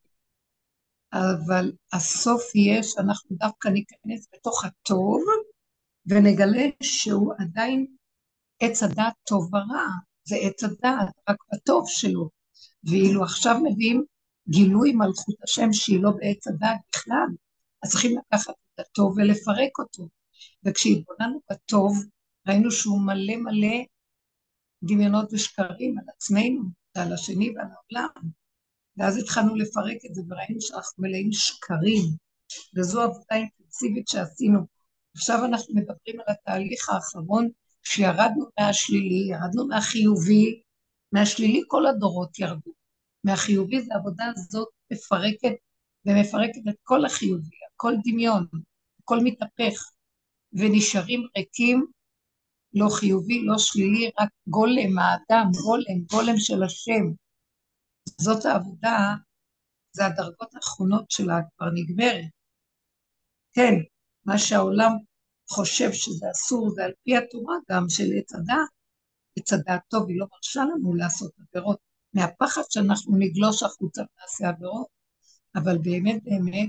אבל הסוף יהיה שאנחנו דווקא ניכנס בתוך הטוב, ונגלה שהוא עדיין עץ הדעת טוב ורע, זה עץ הדעת, רק בטוב שלו, ואילו עכשיו מביאים גילוי מלכות השם שהיא לא בעץ הדעת בכלל, אז צריכים לקחת את הטוב ולפרק אותו, וכשהתבוננו בטוב, ראינו שהוא מלא מלא דמיונות ושקרים על עצמנו, ועל השני ועל העולם, ואז התחלנו לפרק את זה, וראינו שאנחנו מלאים שקרים, וזו עבודה אינטנסיבית שעשינו. עכשיו אנחנו מדברים על התהליך האחרון, שירדנו מהשלילי, ירדנו מהחיובי, מהשלילי כל הדורות ירדו. מהחיובי זה העבודה הזאת מפרקת, ומפרקת את כל החיובי, הכל דמיון, הכל מתהפך, ונשארים ריקים, לא חיובי, לא שלילי, רק גולם, האדם, גולם של השם. זאת העבודה, זה הדרגות האחרונות שלה, כבר נגמרת. כן, מה שהעולם חושב שזה אסור, זה על פי התורה גם של עץ הדעת. עץ הדעת טוב, היא לא מרשה לנו לעשות עבירות, מהפחד שאנחנו נגלוש החוצה ונעשה עבירות, אבל באמת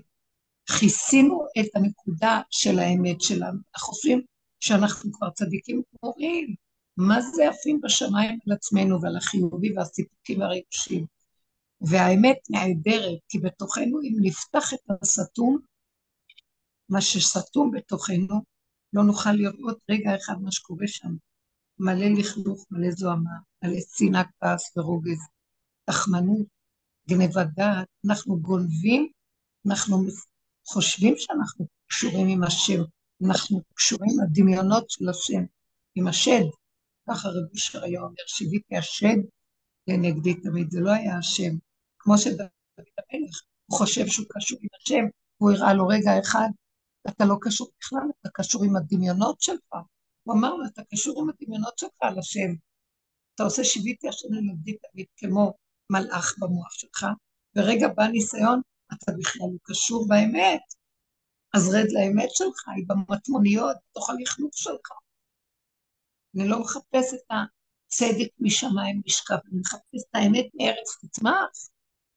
כיסינו את הנקודה של האמת שלנו. אנחנו חושבים שאנחנו כבר צדיקים גמורים, מה זה יפים בשמיים על עצמנו ועל החיובי והסיפוקים והרגשים. והאמת נהדרת, כי בתוכנו אם נפתח את הסתום, מה שסתום בתוכנו, לא נוכל לראות רגע אחד מה שקורה שם. מלא לכלוך, מלא זוהמה, מלא שנאה, כעס ורוגז, תחמנות, גנבת דעת, אנחנו גונבים, אנחנו חושבים שאנחנו קשורים עם השם, אנחנו קשורים עם הדמיונות של השם, עם השד. ככה רב אושר היה אומר, שיביתי השד לנגדי תמיד, זה לא היה השם. כמו שדוד המלך, הוא חושב שהוא קשור עם השם, הוא הראה לו רגע אחד, אתה לא קשור בכלל, אתה קשור עם הדמיונות שלך. הוא אמר לו, אתה קשור עם הדמיונות שלך על השם. אתה עושה שיביתי השם לנגדי תמיד כמו מלאך במוח שלך, ורגע בא ניסיון, אתה בכלל לא קשור באמת. אז רד לאמת שלך, היא במטמוניות, בתוך הלכלוך שלך. אני לא מחפש את הצדק משמיים משקף, אני מחפש את האמת מארץ תצמח.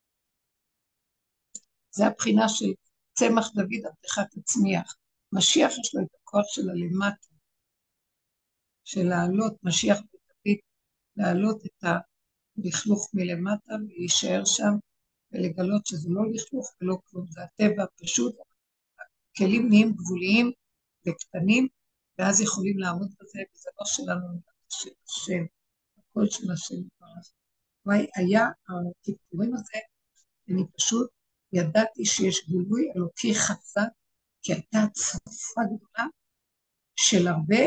זה הבחינה של צמח דוד עבדך תצמיח. משיח יש לו את הכוח של הלמטה, של לעלות, משיח בדוד, לעלות את לכלוך מלמטה ולהישאר שם ולגלות שזה לא לכלוך ולא כלום, זה הטבע פשוט, כלים נהיים גבוליים וקטנים, ואז יכולים לעמוד בזה, וזה לא שלנו, של השם, הכל של השם יתברך. היה הכיפורים הזה, אני פשוט ידעתי שיש גילוי אלוקי חזק, כי הייתה צפה גדולה של הרבה,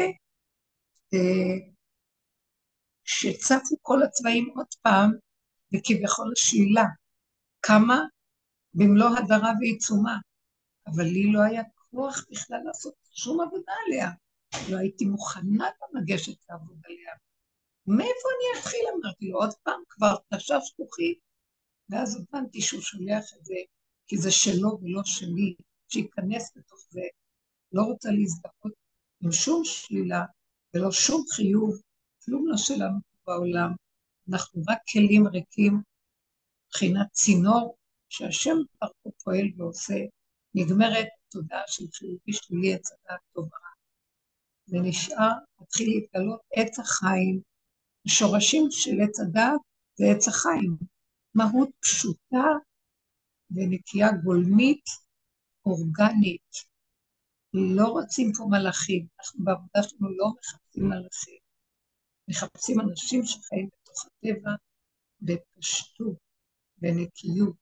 שצפו כל הצבעים עוד פעם, וכביכול השלילה, כמה במלוא הדרה ועיצומה, אבל לי לא היה כוח בכלל לעשות שום עבודה עליה, לא הייתי מוכנה גם לגשת לעבוד עליה. מאיפה אני אתחיל? אמרתי לו, עוד פעם כבר תשש כוחי, ואז הבנתי שהוא שולח את זה, כי זה שלו ולא שלי, שיכנס בתוך זה, לא רוצה להזדקות עם שום שלילה, ולא שום חיוב, כלום לא שלנו בעולם, אנחנו רק כלים ריקים, מבחינת צינור, שהשם דרכו פועל ועושה, נגמרת תודעה של חיובי שלילי הצדה טובה, ונשאר, מתחיל להתגלות עץ החיים, השורשים של עץ הדת זה עץ החיים, מהות פשוטה ונקייה גולמית, אורגנית, לא רוצים פה מלאכים, אנחנו בעבודה שלנו לא מחפשים מלאכים, מחפשים אנשים שחיים בתוך הטבע, בפשטות, בנקיות.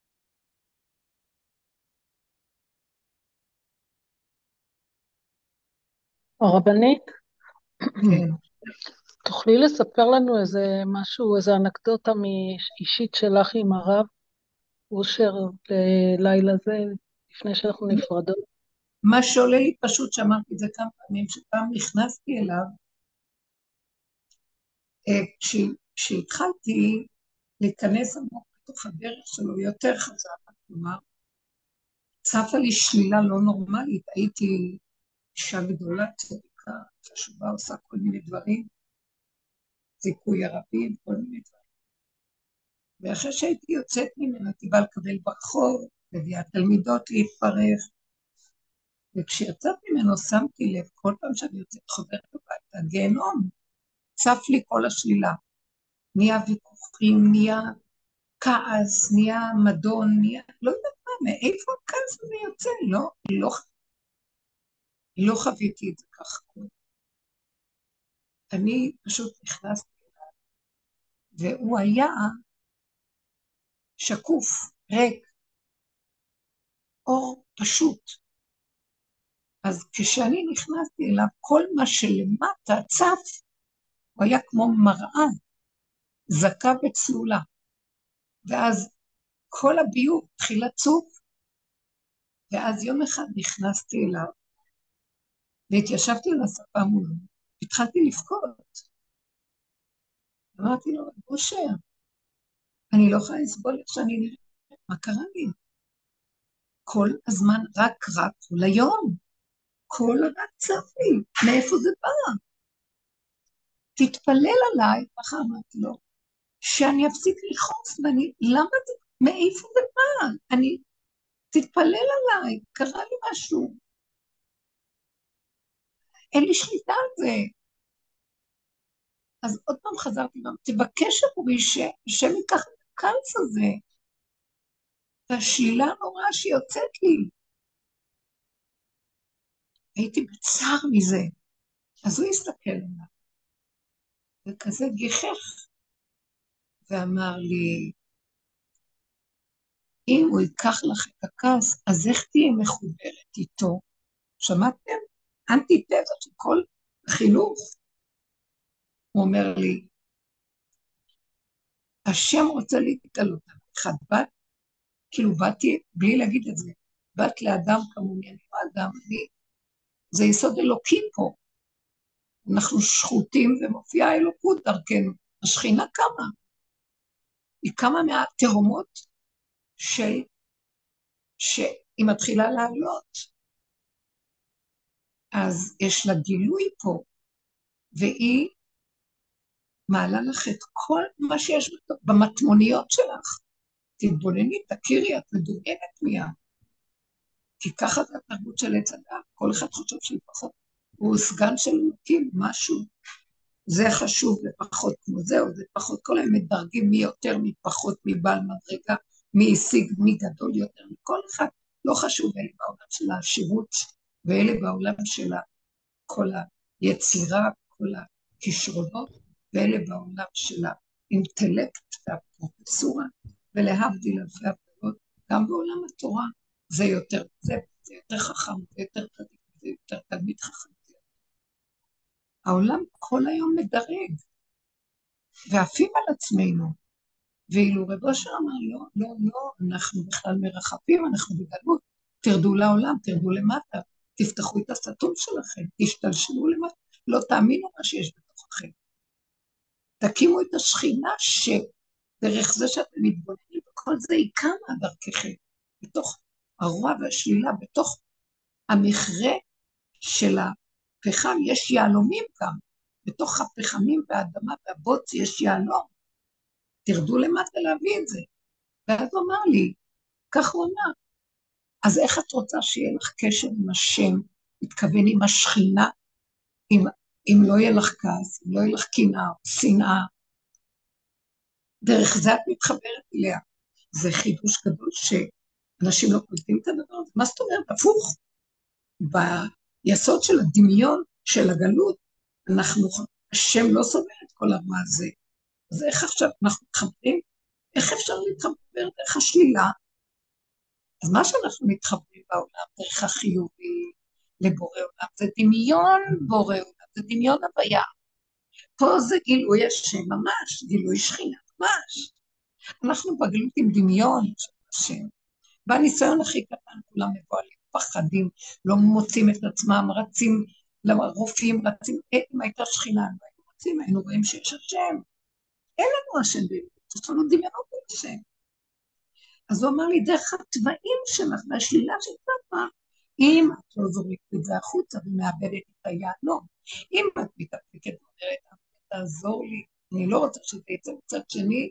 הרבנית, כן. תוכלי לספר לנו איזה משהו, איזה אנקדוטה אישית שלך עם הרב אושר ללילה זה, לפני שאנחנו נפרדות? מה שעולה לי פשוט, שאמרתי את זה כמה פעמים, שפעם נכנסתי אליו, כשהתחלתי להיכנס עמוק בתוך הדרך שלו, יותר חזק, כלומר, צפה לי שלילה לא נורמלית, הייתי אישה גדולה, צדיקה, חשובה, עושה כל מיני דברים, זיכוי הרבים, כל מיני דברים. ואחרי שהייתי יוצאת ממנה, הייתי באה לקבל ברחוב, מביאה תלמידות להתפרח, וכשיצאת ממנו שמתי לב, כל פעם שאני יוצאת חוזרת הביתה, גיהנום, צף לי כל השלילה, נהיה ויכוחים, נהיה כעס, נהיה מדון, נהיה, לא יודעת מה, מאיפה הכעס הזה יוצא, לא חוויתי את זה ככה. אני פשוט נכנסתי אליו, והוא היה שקוף, ריק, אור פשוט. אז כשאני נכנסתי אליו, כל מה שלמטה צף, הוא היה כמו מראה, זקה וצלולה. ואז כל הביוב התחיל לצוף, ואז יום אחד נכנסתי אליו, והתיישבתי על הספה מולו, התחלתי לבכות. אמרתי לו, אושר, אני לא יכולה לסבול איך שאני נראית, מה קרה לי? כל הזמן רק כל היום, כל רק צף לי, מאיפה זה בא? תתפלל עליי, ככה אמרתי לו, שאני אפסיק לכעוס, למה זה, מאיפה זה בא? תתפלל עליי, קרה לי משהו. אין לי שליטה על זה. אז עוד פעם חזרתי, תבקש עבורי שהשם ייקח את הכעס הזה, והשלילה הנוראה שיוצאת לי. הייתי בצער מזה. אז הוא הסתכל עליו, וכזה גיחך, ואמר לי, אם הוא ייקח לך את הכעס, אז איך תהיה מחוברת איתו? שמעתם? אנטיתזה של כל החינוך. הוא אומר לי, השם רוצה להתגלות. אחד באתי, בלי להגיד את זה, בת לאדם כמוני, אני לא אדם, זה יסוד אלוקי פה. אנחנו שחוטים ומופיעה האלוקות דרכנו. השכינה קמה. היא קמה מהתהומות שהיא מתחילה לעלות. אז יש לה גילוי פה, והיא מעלה לך את כל מה שיש במטמוניות שלך. תתבונני, תכירי, את מדומיינת מיד. כי ככה זה התרבות של עץ הדת, כל אחד חושב שלפחות הוא סגן של אלוקים, משהו. זה חשוב ופחות כמו זהו, זה פחות, כל הם מדרגים מי יותר, מי פחות, מי בעל מדרגה, מי השיג, מי גדול יותר, מכל אחד, לא חשוב, אלה בעולם של העשירות, ואלה בעולם של כל היצירה, כל הכישרונות, ואלה בעולם של האינטלקט והפרופסורה, ולהבדיל אלפי הבדלות, גם בעולם התורה זה יותר, זה יותר חכם, זה יותר צדיק, זה יותר תלמיד חכם. העולם כל היום מדרג, ועפים על עצמנו, ואילו רב אושר אמר, לא, לא, לא, אנחנו בכלל מרחפים, אנחנו בגלות, תרדו לעולם, תרדו למטה, תפתחו את הסתום שלכם, תשתלשלו למטה, לא תאמינו מה שיש בתוככם. תקימו את השכינה שדרך זה שאתם מתבוננים, וכל זה היא קמה דרככם, בתוך הרוע והשלילה, בתוך המכרה של הפחם, יש יעלומים גם, בתוך הפחמים והאדמה והבוץ יש יעלום, תרדו למטה להביא את זה. ואז הוא אמר לי, כך הוא אמר, אז איך את רוצה שיהיה לך קשר עם השם, מתכוון עם השכינה, אם לא יהיה לך כעס, אם לא יהיה לך קנאה או שנאה, דרך זה את מתחברת אליה. זה חידוש גדול שאנשים לא קולטים את הדבר הזה. מה זאת אומרת? הפוך. ביסוד של הדמיון של הגלות, השם לא סובר את כל הרע הזה. אז איך עכשיו אנחנו מתחברים? איך אפשר להתחבר דרך השלילה? אז מה שאנחנו מתחברים בעולם, דרך החיובי לבורא עולם, זה דמיון בורא עולם, זה דמיון הוויה. פה זה גילוי השם ממש, גילוי שכינה ממש. אנחנו בגלות עם דמיון של השם. בניסיון הכי קטן, כולם מבועלים, פחדים, לא מוצאים את עצמם, רצים לרופאים, רצים, אם הייתה שכינה, לא היינו רצים, היינו רואים שיש השם. אין לנו השם באמת, יש לנו דמיונות על השם. אז הוא אמר לי, דרך הטבעים שלך, והשלילה של טבע, אם את לא זורקת את זה החוצה ומאבדת את היעלום, אם את מתאפקת ואומרת, תעזור לי, אני לא רוצה שזה יצא מצד שני,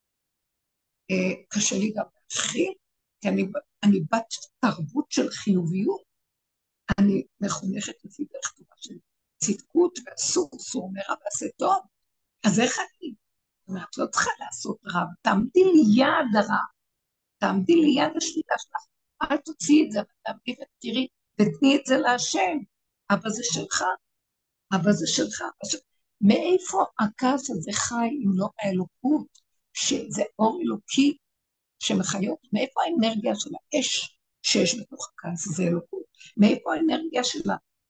קשה לי גם להכיל, כי אני בת תרבות של חיוביות, אני מחונכת לפי דרך טובה של צדקות ואסור, סור מרע ועשה טוב, אז איך אני? את לא צריכה לעשות רע, תעמדי ליד הרע, תעמדי ליד השלילה שלך, אל תוציאי את זה, תעמדי ותראי, ותני את זה להשם, אבא זה שלך, אבא זה שלך, מאיפה הכעס הזה חי אם לא האלוקות, שזה אור אלוקי שמחיות, מאיפה האנרגיה של האש שיש בתוך הכעס הזה אלוקות, מאיפה האנרגיה של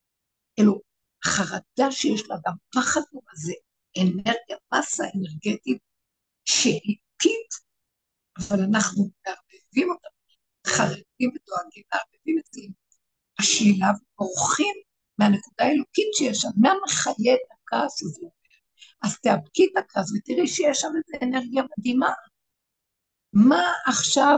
החרדה שיש לה גם פחד הזה, אנרגיה, מסה אנרגטית שהיא פית, אבל אנחנו מערבבים אותה, חרדים ודואגים, מערבבים את זה, השלילה ובורחים מהנקודה האלוקית שיש שם, מה מחיה את הכעס הזה? אז תאבקי את הכעס ותראי שיש שם איזו אנרגיה מדהימה. מה עכשיו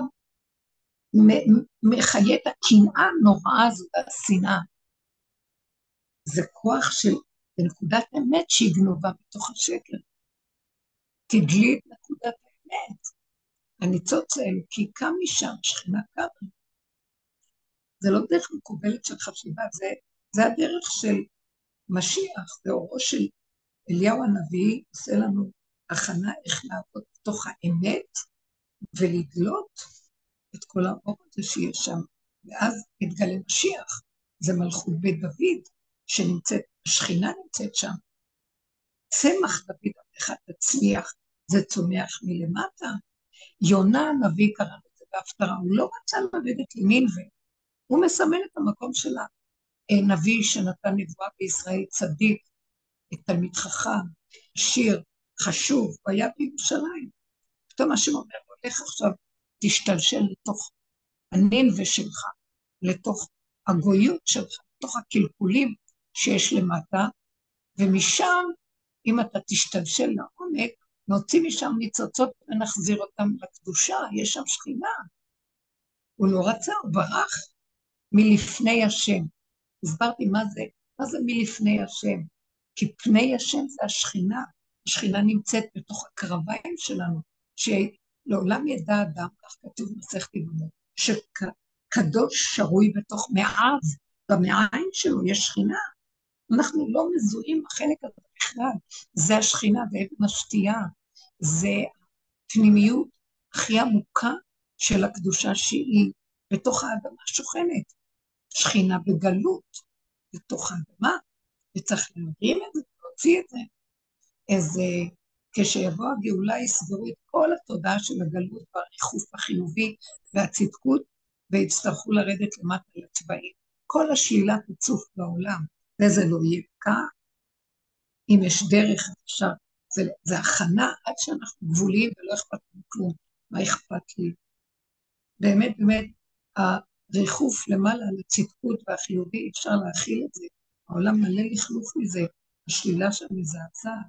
מחיה את הקנאה הנוראה הזו והשנאה? זה כוח של נקודת אמת שהיא גנובה בתוך השקר. תגלי את נקודת האמת. הניצוץ האלוקי קם משם, שכינה קמה. זה לא דרך מקובלת של חשיבה, זה הדרך של משיח, זה אורו של אליהו הנביא, עושה לנו הכנה איך לעבוד בתוך האמת, ולדלות את כל האור הזה שיש שם, ואז יתגלה משיח, זה מלכות בית דוד, שנמצאת, השכינה נמצאת שם, צמח דוד המלך תצמיח, זה צומח מלמטה, יונה הנביא קרא את זה בהפטרה, הוא לא רצה לרדת לנינווה, הוא מסמל את המקום של הנביא שנתן נבואה בישראל צדיק, את תלמיד חכם, עשיר, חשוב, הוא היה בירושלים. פתאום השם אומר, הולך עכשיו, תשתלשל לתוך הנינווה שלך, לתוך הגויות שלך, לתוך הקלקולים שיש למטה, ומשם, אם אתה תשתלשל לעומק, נוציא משם ניצוצות ונחזיר אותם לקדושה, יש שם שכינה. הוא לא רצה, הוא ברח מלפני השם. הסברתי מה זה מלפני השם? כי פני השם זה השכינה. השכינה נמצאת בתוך הקרביים שלנו, שלעולם ידע אדם, כך כתוב במסכת יבמות, שקדוש שרוי בתוך מעיו, במעיים שלו יש שכינה. אנחנו לא מזוהים בחלק הזה בכלל. זה השכינה ואבן השתייה, זה פנימיות הכי עמוקה של הקדושה שהיא בתוך האדמה שוכנת, שכינה בגלות בתוך האדמה, וצריך להרים את זה, להוציא את זה. אז כשיבוא הגאולה יסגרו את כל התודעה של הגלות והריחוף החיובי והצדקות, ויצטרכו לרדת למטה לצבעים. כל השלילה תצוף בעולם, וזה לא יהיה כך. אם יש דרך אפשר, זה הכנה עד שאנחנו גבולים ולא אכפת לנו כלום. מה אכפת לי? באמת, באמת, הריחוף למעלה לצדקות והחיובי, אפשר להכיל את זה. העולם מלא לכלוך מזה, השלילה שם מזעזעת.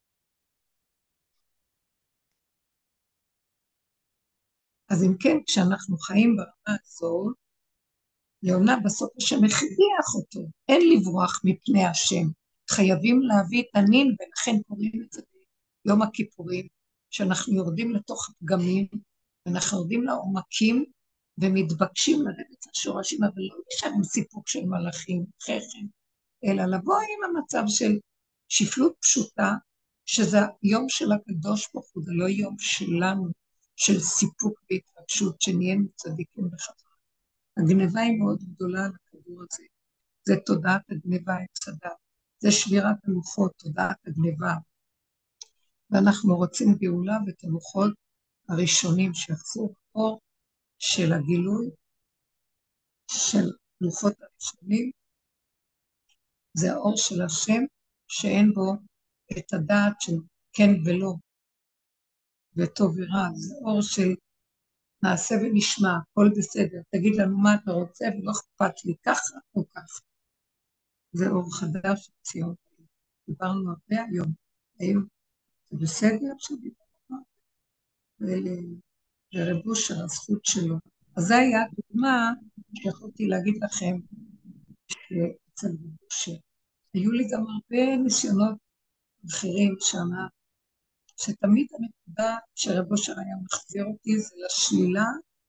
אז אם כן, כשאנחנו חיים ברמה הזו, יונה בסוף השם הכריח אותו, אין לברוח מפני השם, חייבים להביא את הנין, ולכן קוראים את זה ביום הכיפורים, שאנחנו יורדים לתוך הפגמים, ואנחנו יורדים לעומקים, ומתבקשים לרדת לשורשים, אבל לא נשאר עם סיפוק של מלאכים, חכם, אלא לבוא עם המצב של שפלות פשוטה, שזה היום של הקדוש ברוך הוא, זה לא יום שלנו, של סיפוק והתרגשות, שנהיינו צדיקים בחזרה. הגניבה היא מאוד גדולה על הכדור הזה. זה תודעת הגניבה, הצדה. זה שבירת הלוחות, תודעת הגניבה. ואנחנו רוצים גאולה ואת הלוחות הראשונים שיחזרו אור של הגילוי, של לוחות הראשונים. זה האור של השם שאין בו את הדעת של כן ולא, וטוב ורע. זה אור של נעשה ונשמע, הכל בסדר, תגיד לנו מה אתה רוצה ולא אכפת לי, ככה או ככה. זה אור חדש של ציון. דיברנו הרבה היום, זה בסדר שדיברנו, ולרב אושר הזכות שלו. אז זו הייתה דוגמה שיכולתי להגיד לכם שאצל רב אושר. היו לי גם הרבה ניסיונות אחרים שמה, שתמיד הנקודה שרב אושר היה מחזיר אותי זה לשלילה,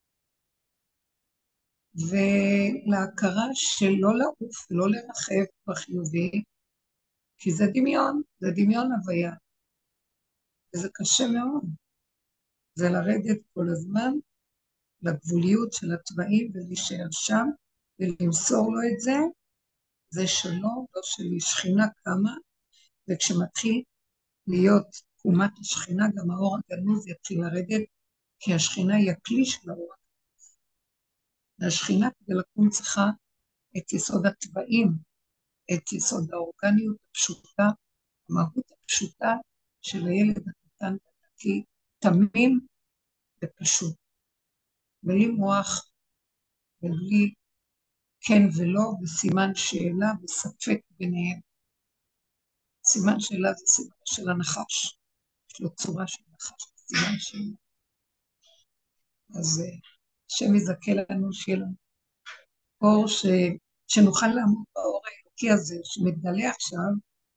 ולהכרה שלא לעוף ולא לרחב בחיובי, כי זה דמיון, זה דמיון הוויה, וזה קשה מאוד. זה לרדת כל הזמן לגבוליות של הטבעים ולהישאר שם, ולמסור לו את זה, זה שלו, לא שלי, שכינה קמה, וכשמתחיל להיות תקומת השכינה, גם האור הגנוז יתחיל לרדת, כי השכינה היא הכלי של האור הגנוז. והשכינה כדי לקום צריכה את יסוד הטבעים, את יסוד האורגניות הפשוטה, המהות הפשוטה של הילד הקטן והדתי, תמים ופשוט, בלי מוח ובלי כן ולא, וסימן שאלה וספק ביניהם. סימן שאלה זה סימן של הנחש, יש לו צורה של נחש, סימן שאלה. אז השם יזכה לנו, שיהיה לנו אור שנוכל לעמוד באור האלוקי הזה שמתגלה עכשיו,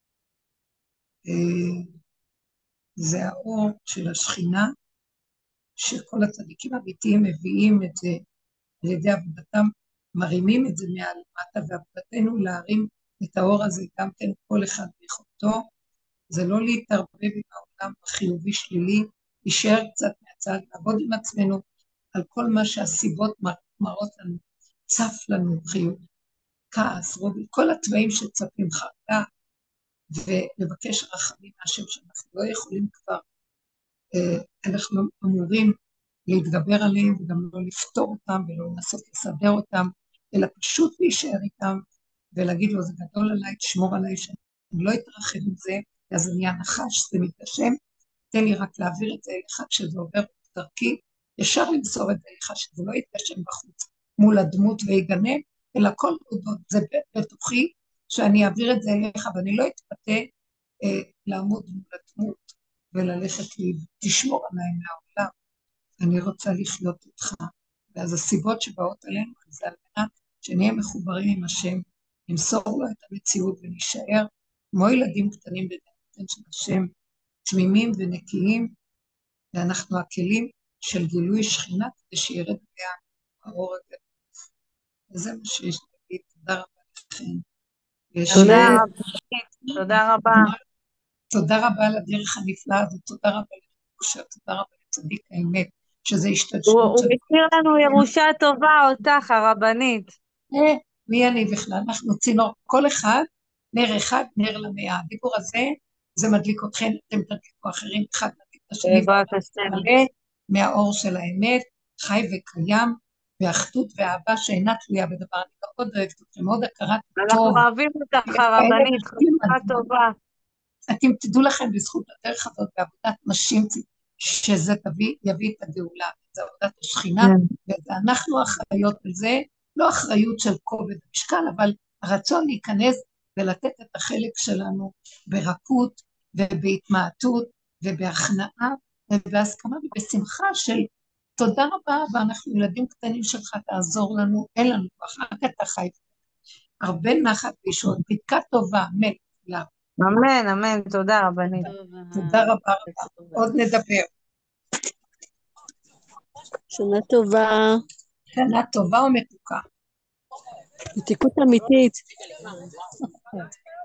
זה האור של השכינה, שכל הצדיקים האמיתיים מביאים את זה על ידי עבודתם, מרימים את זה מעל למטה, ועבודתנו להרים את האור הזה גם כן כל אחד ביכולתו, זה לא להתערבב עם העולם החיובי שלילי, להישאר קצת מהצד, לעבוד עם עצמנו על כל מה שהסיבות מראות לנו, צף לנו חיוב, כעס, רובי, כל הטבעים שצפים חרדה, ולבקש רחמים מהשם שאנחנו לא יכולים כבר, אנחנו אמורים להתגבר עליהם וגם לא לפתור אותם ולא לנסות לסדר אותם, אלא פשוט להישאר איתם ולהגיד לו זה גדול עליי, תשמור עליי שאני לא אתרחב עם זה, אז אני הנחש, זה מתגשם, תן לי רק להעביר את זה אליך כשזה עובר דרכי, ישר למסור את זה אליך שזה לא יתגשם בחוץ מול הדמות ויגנב, אלא כל עודות זה בתוכי שאני אעביר את זה אליך ואני לא אתפתה לעמוד מול הדמות וללכת לי, תשמור עליי מהעולם, אני רוצה לחיות איתך. ואז הסיבות שבאות עלינו זה על מנת שנהיה מחוברים עם השם, נמסור לו את המציאות ונשאר כמו ילדים קטנים בדמותן של השם, תמימים ונקיים, ואנחנו הכלים של גילוי שכינה כדי שירד עליה האור הגדול. וזה מה שיש להגיד, תודה רבה לכם. תודה רבה. תודה רבה. תודה רבה על הדרך הנפלאה הזאת, תודה רבה לירושה, תודה רבה לצדיק האמת, שזה הוא השתלשלות של... השאיר לנו ירושה טובה, אותך, הרבנית. מי אני בכלל? אנחנו צינור, כל אחד, נר אחד, נר למאה. הדיבור הזה, זה מדליק אתכם, אתם תדליקו אחרים, אחד מדליק את השני, בעזרת השם. מלא מהאור של האמת, חי וקיים, באחדות ואהבה שאינה תלויה בדבר. אני מאוד אוהבת אתכם, מאוד הכרת טוב. אנחנו אוהבים אותך, הרבנית, חשובה טובה. אתם תדעו לכם בזכות הדרך הזאת, בעבודת נשים, שזה יביא את הגאולה, זה עבודת השכינה, ואנחנו אחראיות על זה, לא אחריות של כובד משקל, אבל הרצון להיכנס ולתת את החלק שלנו ברכות ובהתמעטות ובהכנעה ובהסכמה ובשמחה של תודה רבה, ואנחנו ילדים קטנים שלך, תעזור לנו, אין לנו כוח, רק אתה חי. הרבה נחת וישועות, בדקה טובה, אמן. אמן, אמן, תודה רבנית. תודה רבה רבה, עוד נדבר. שנה טובה. שנה טובה ומתוקה. מתיקות אמיתית.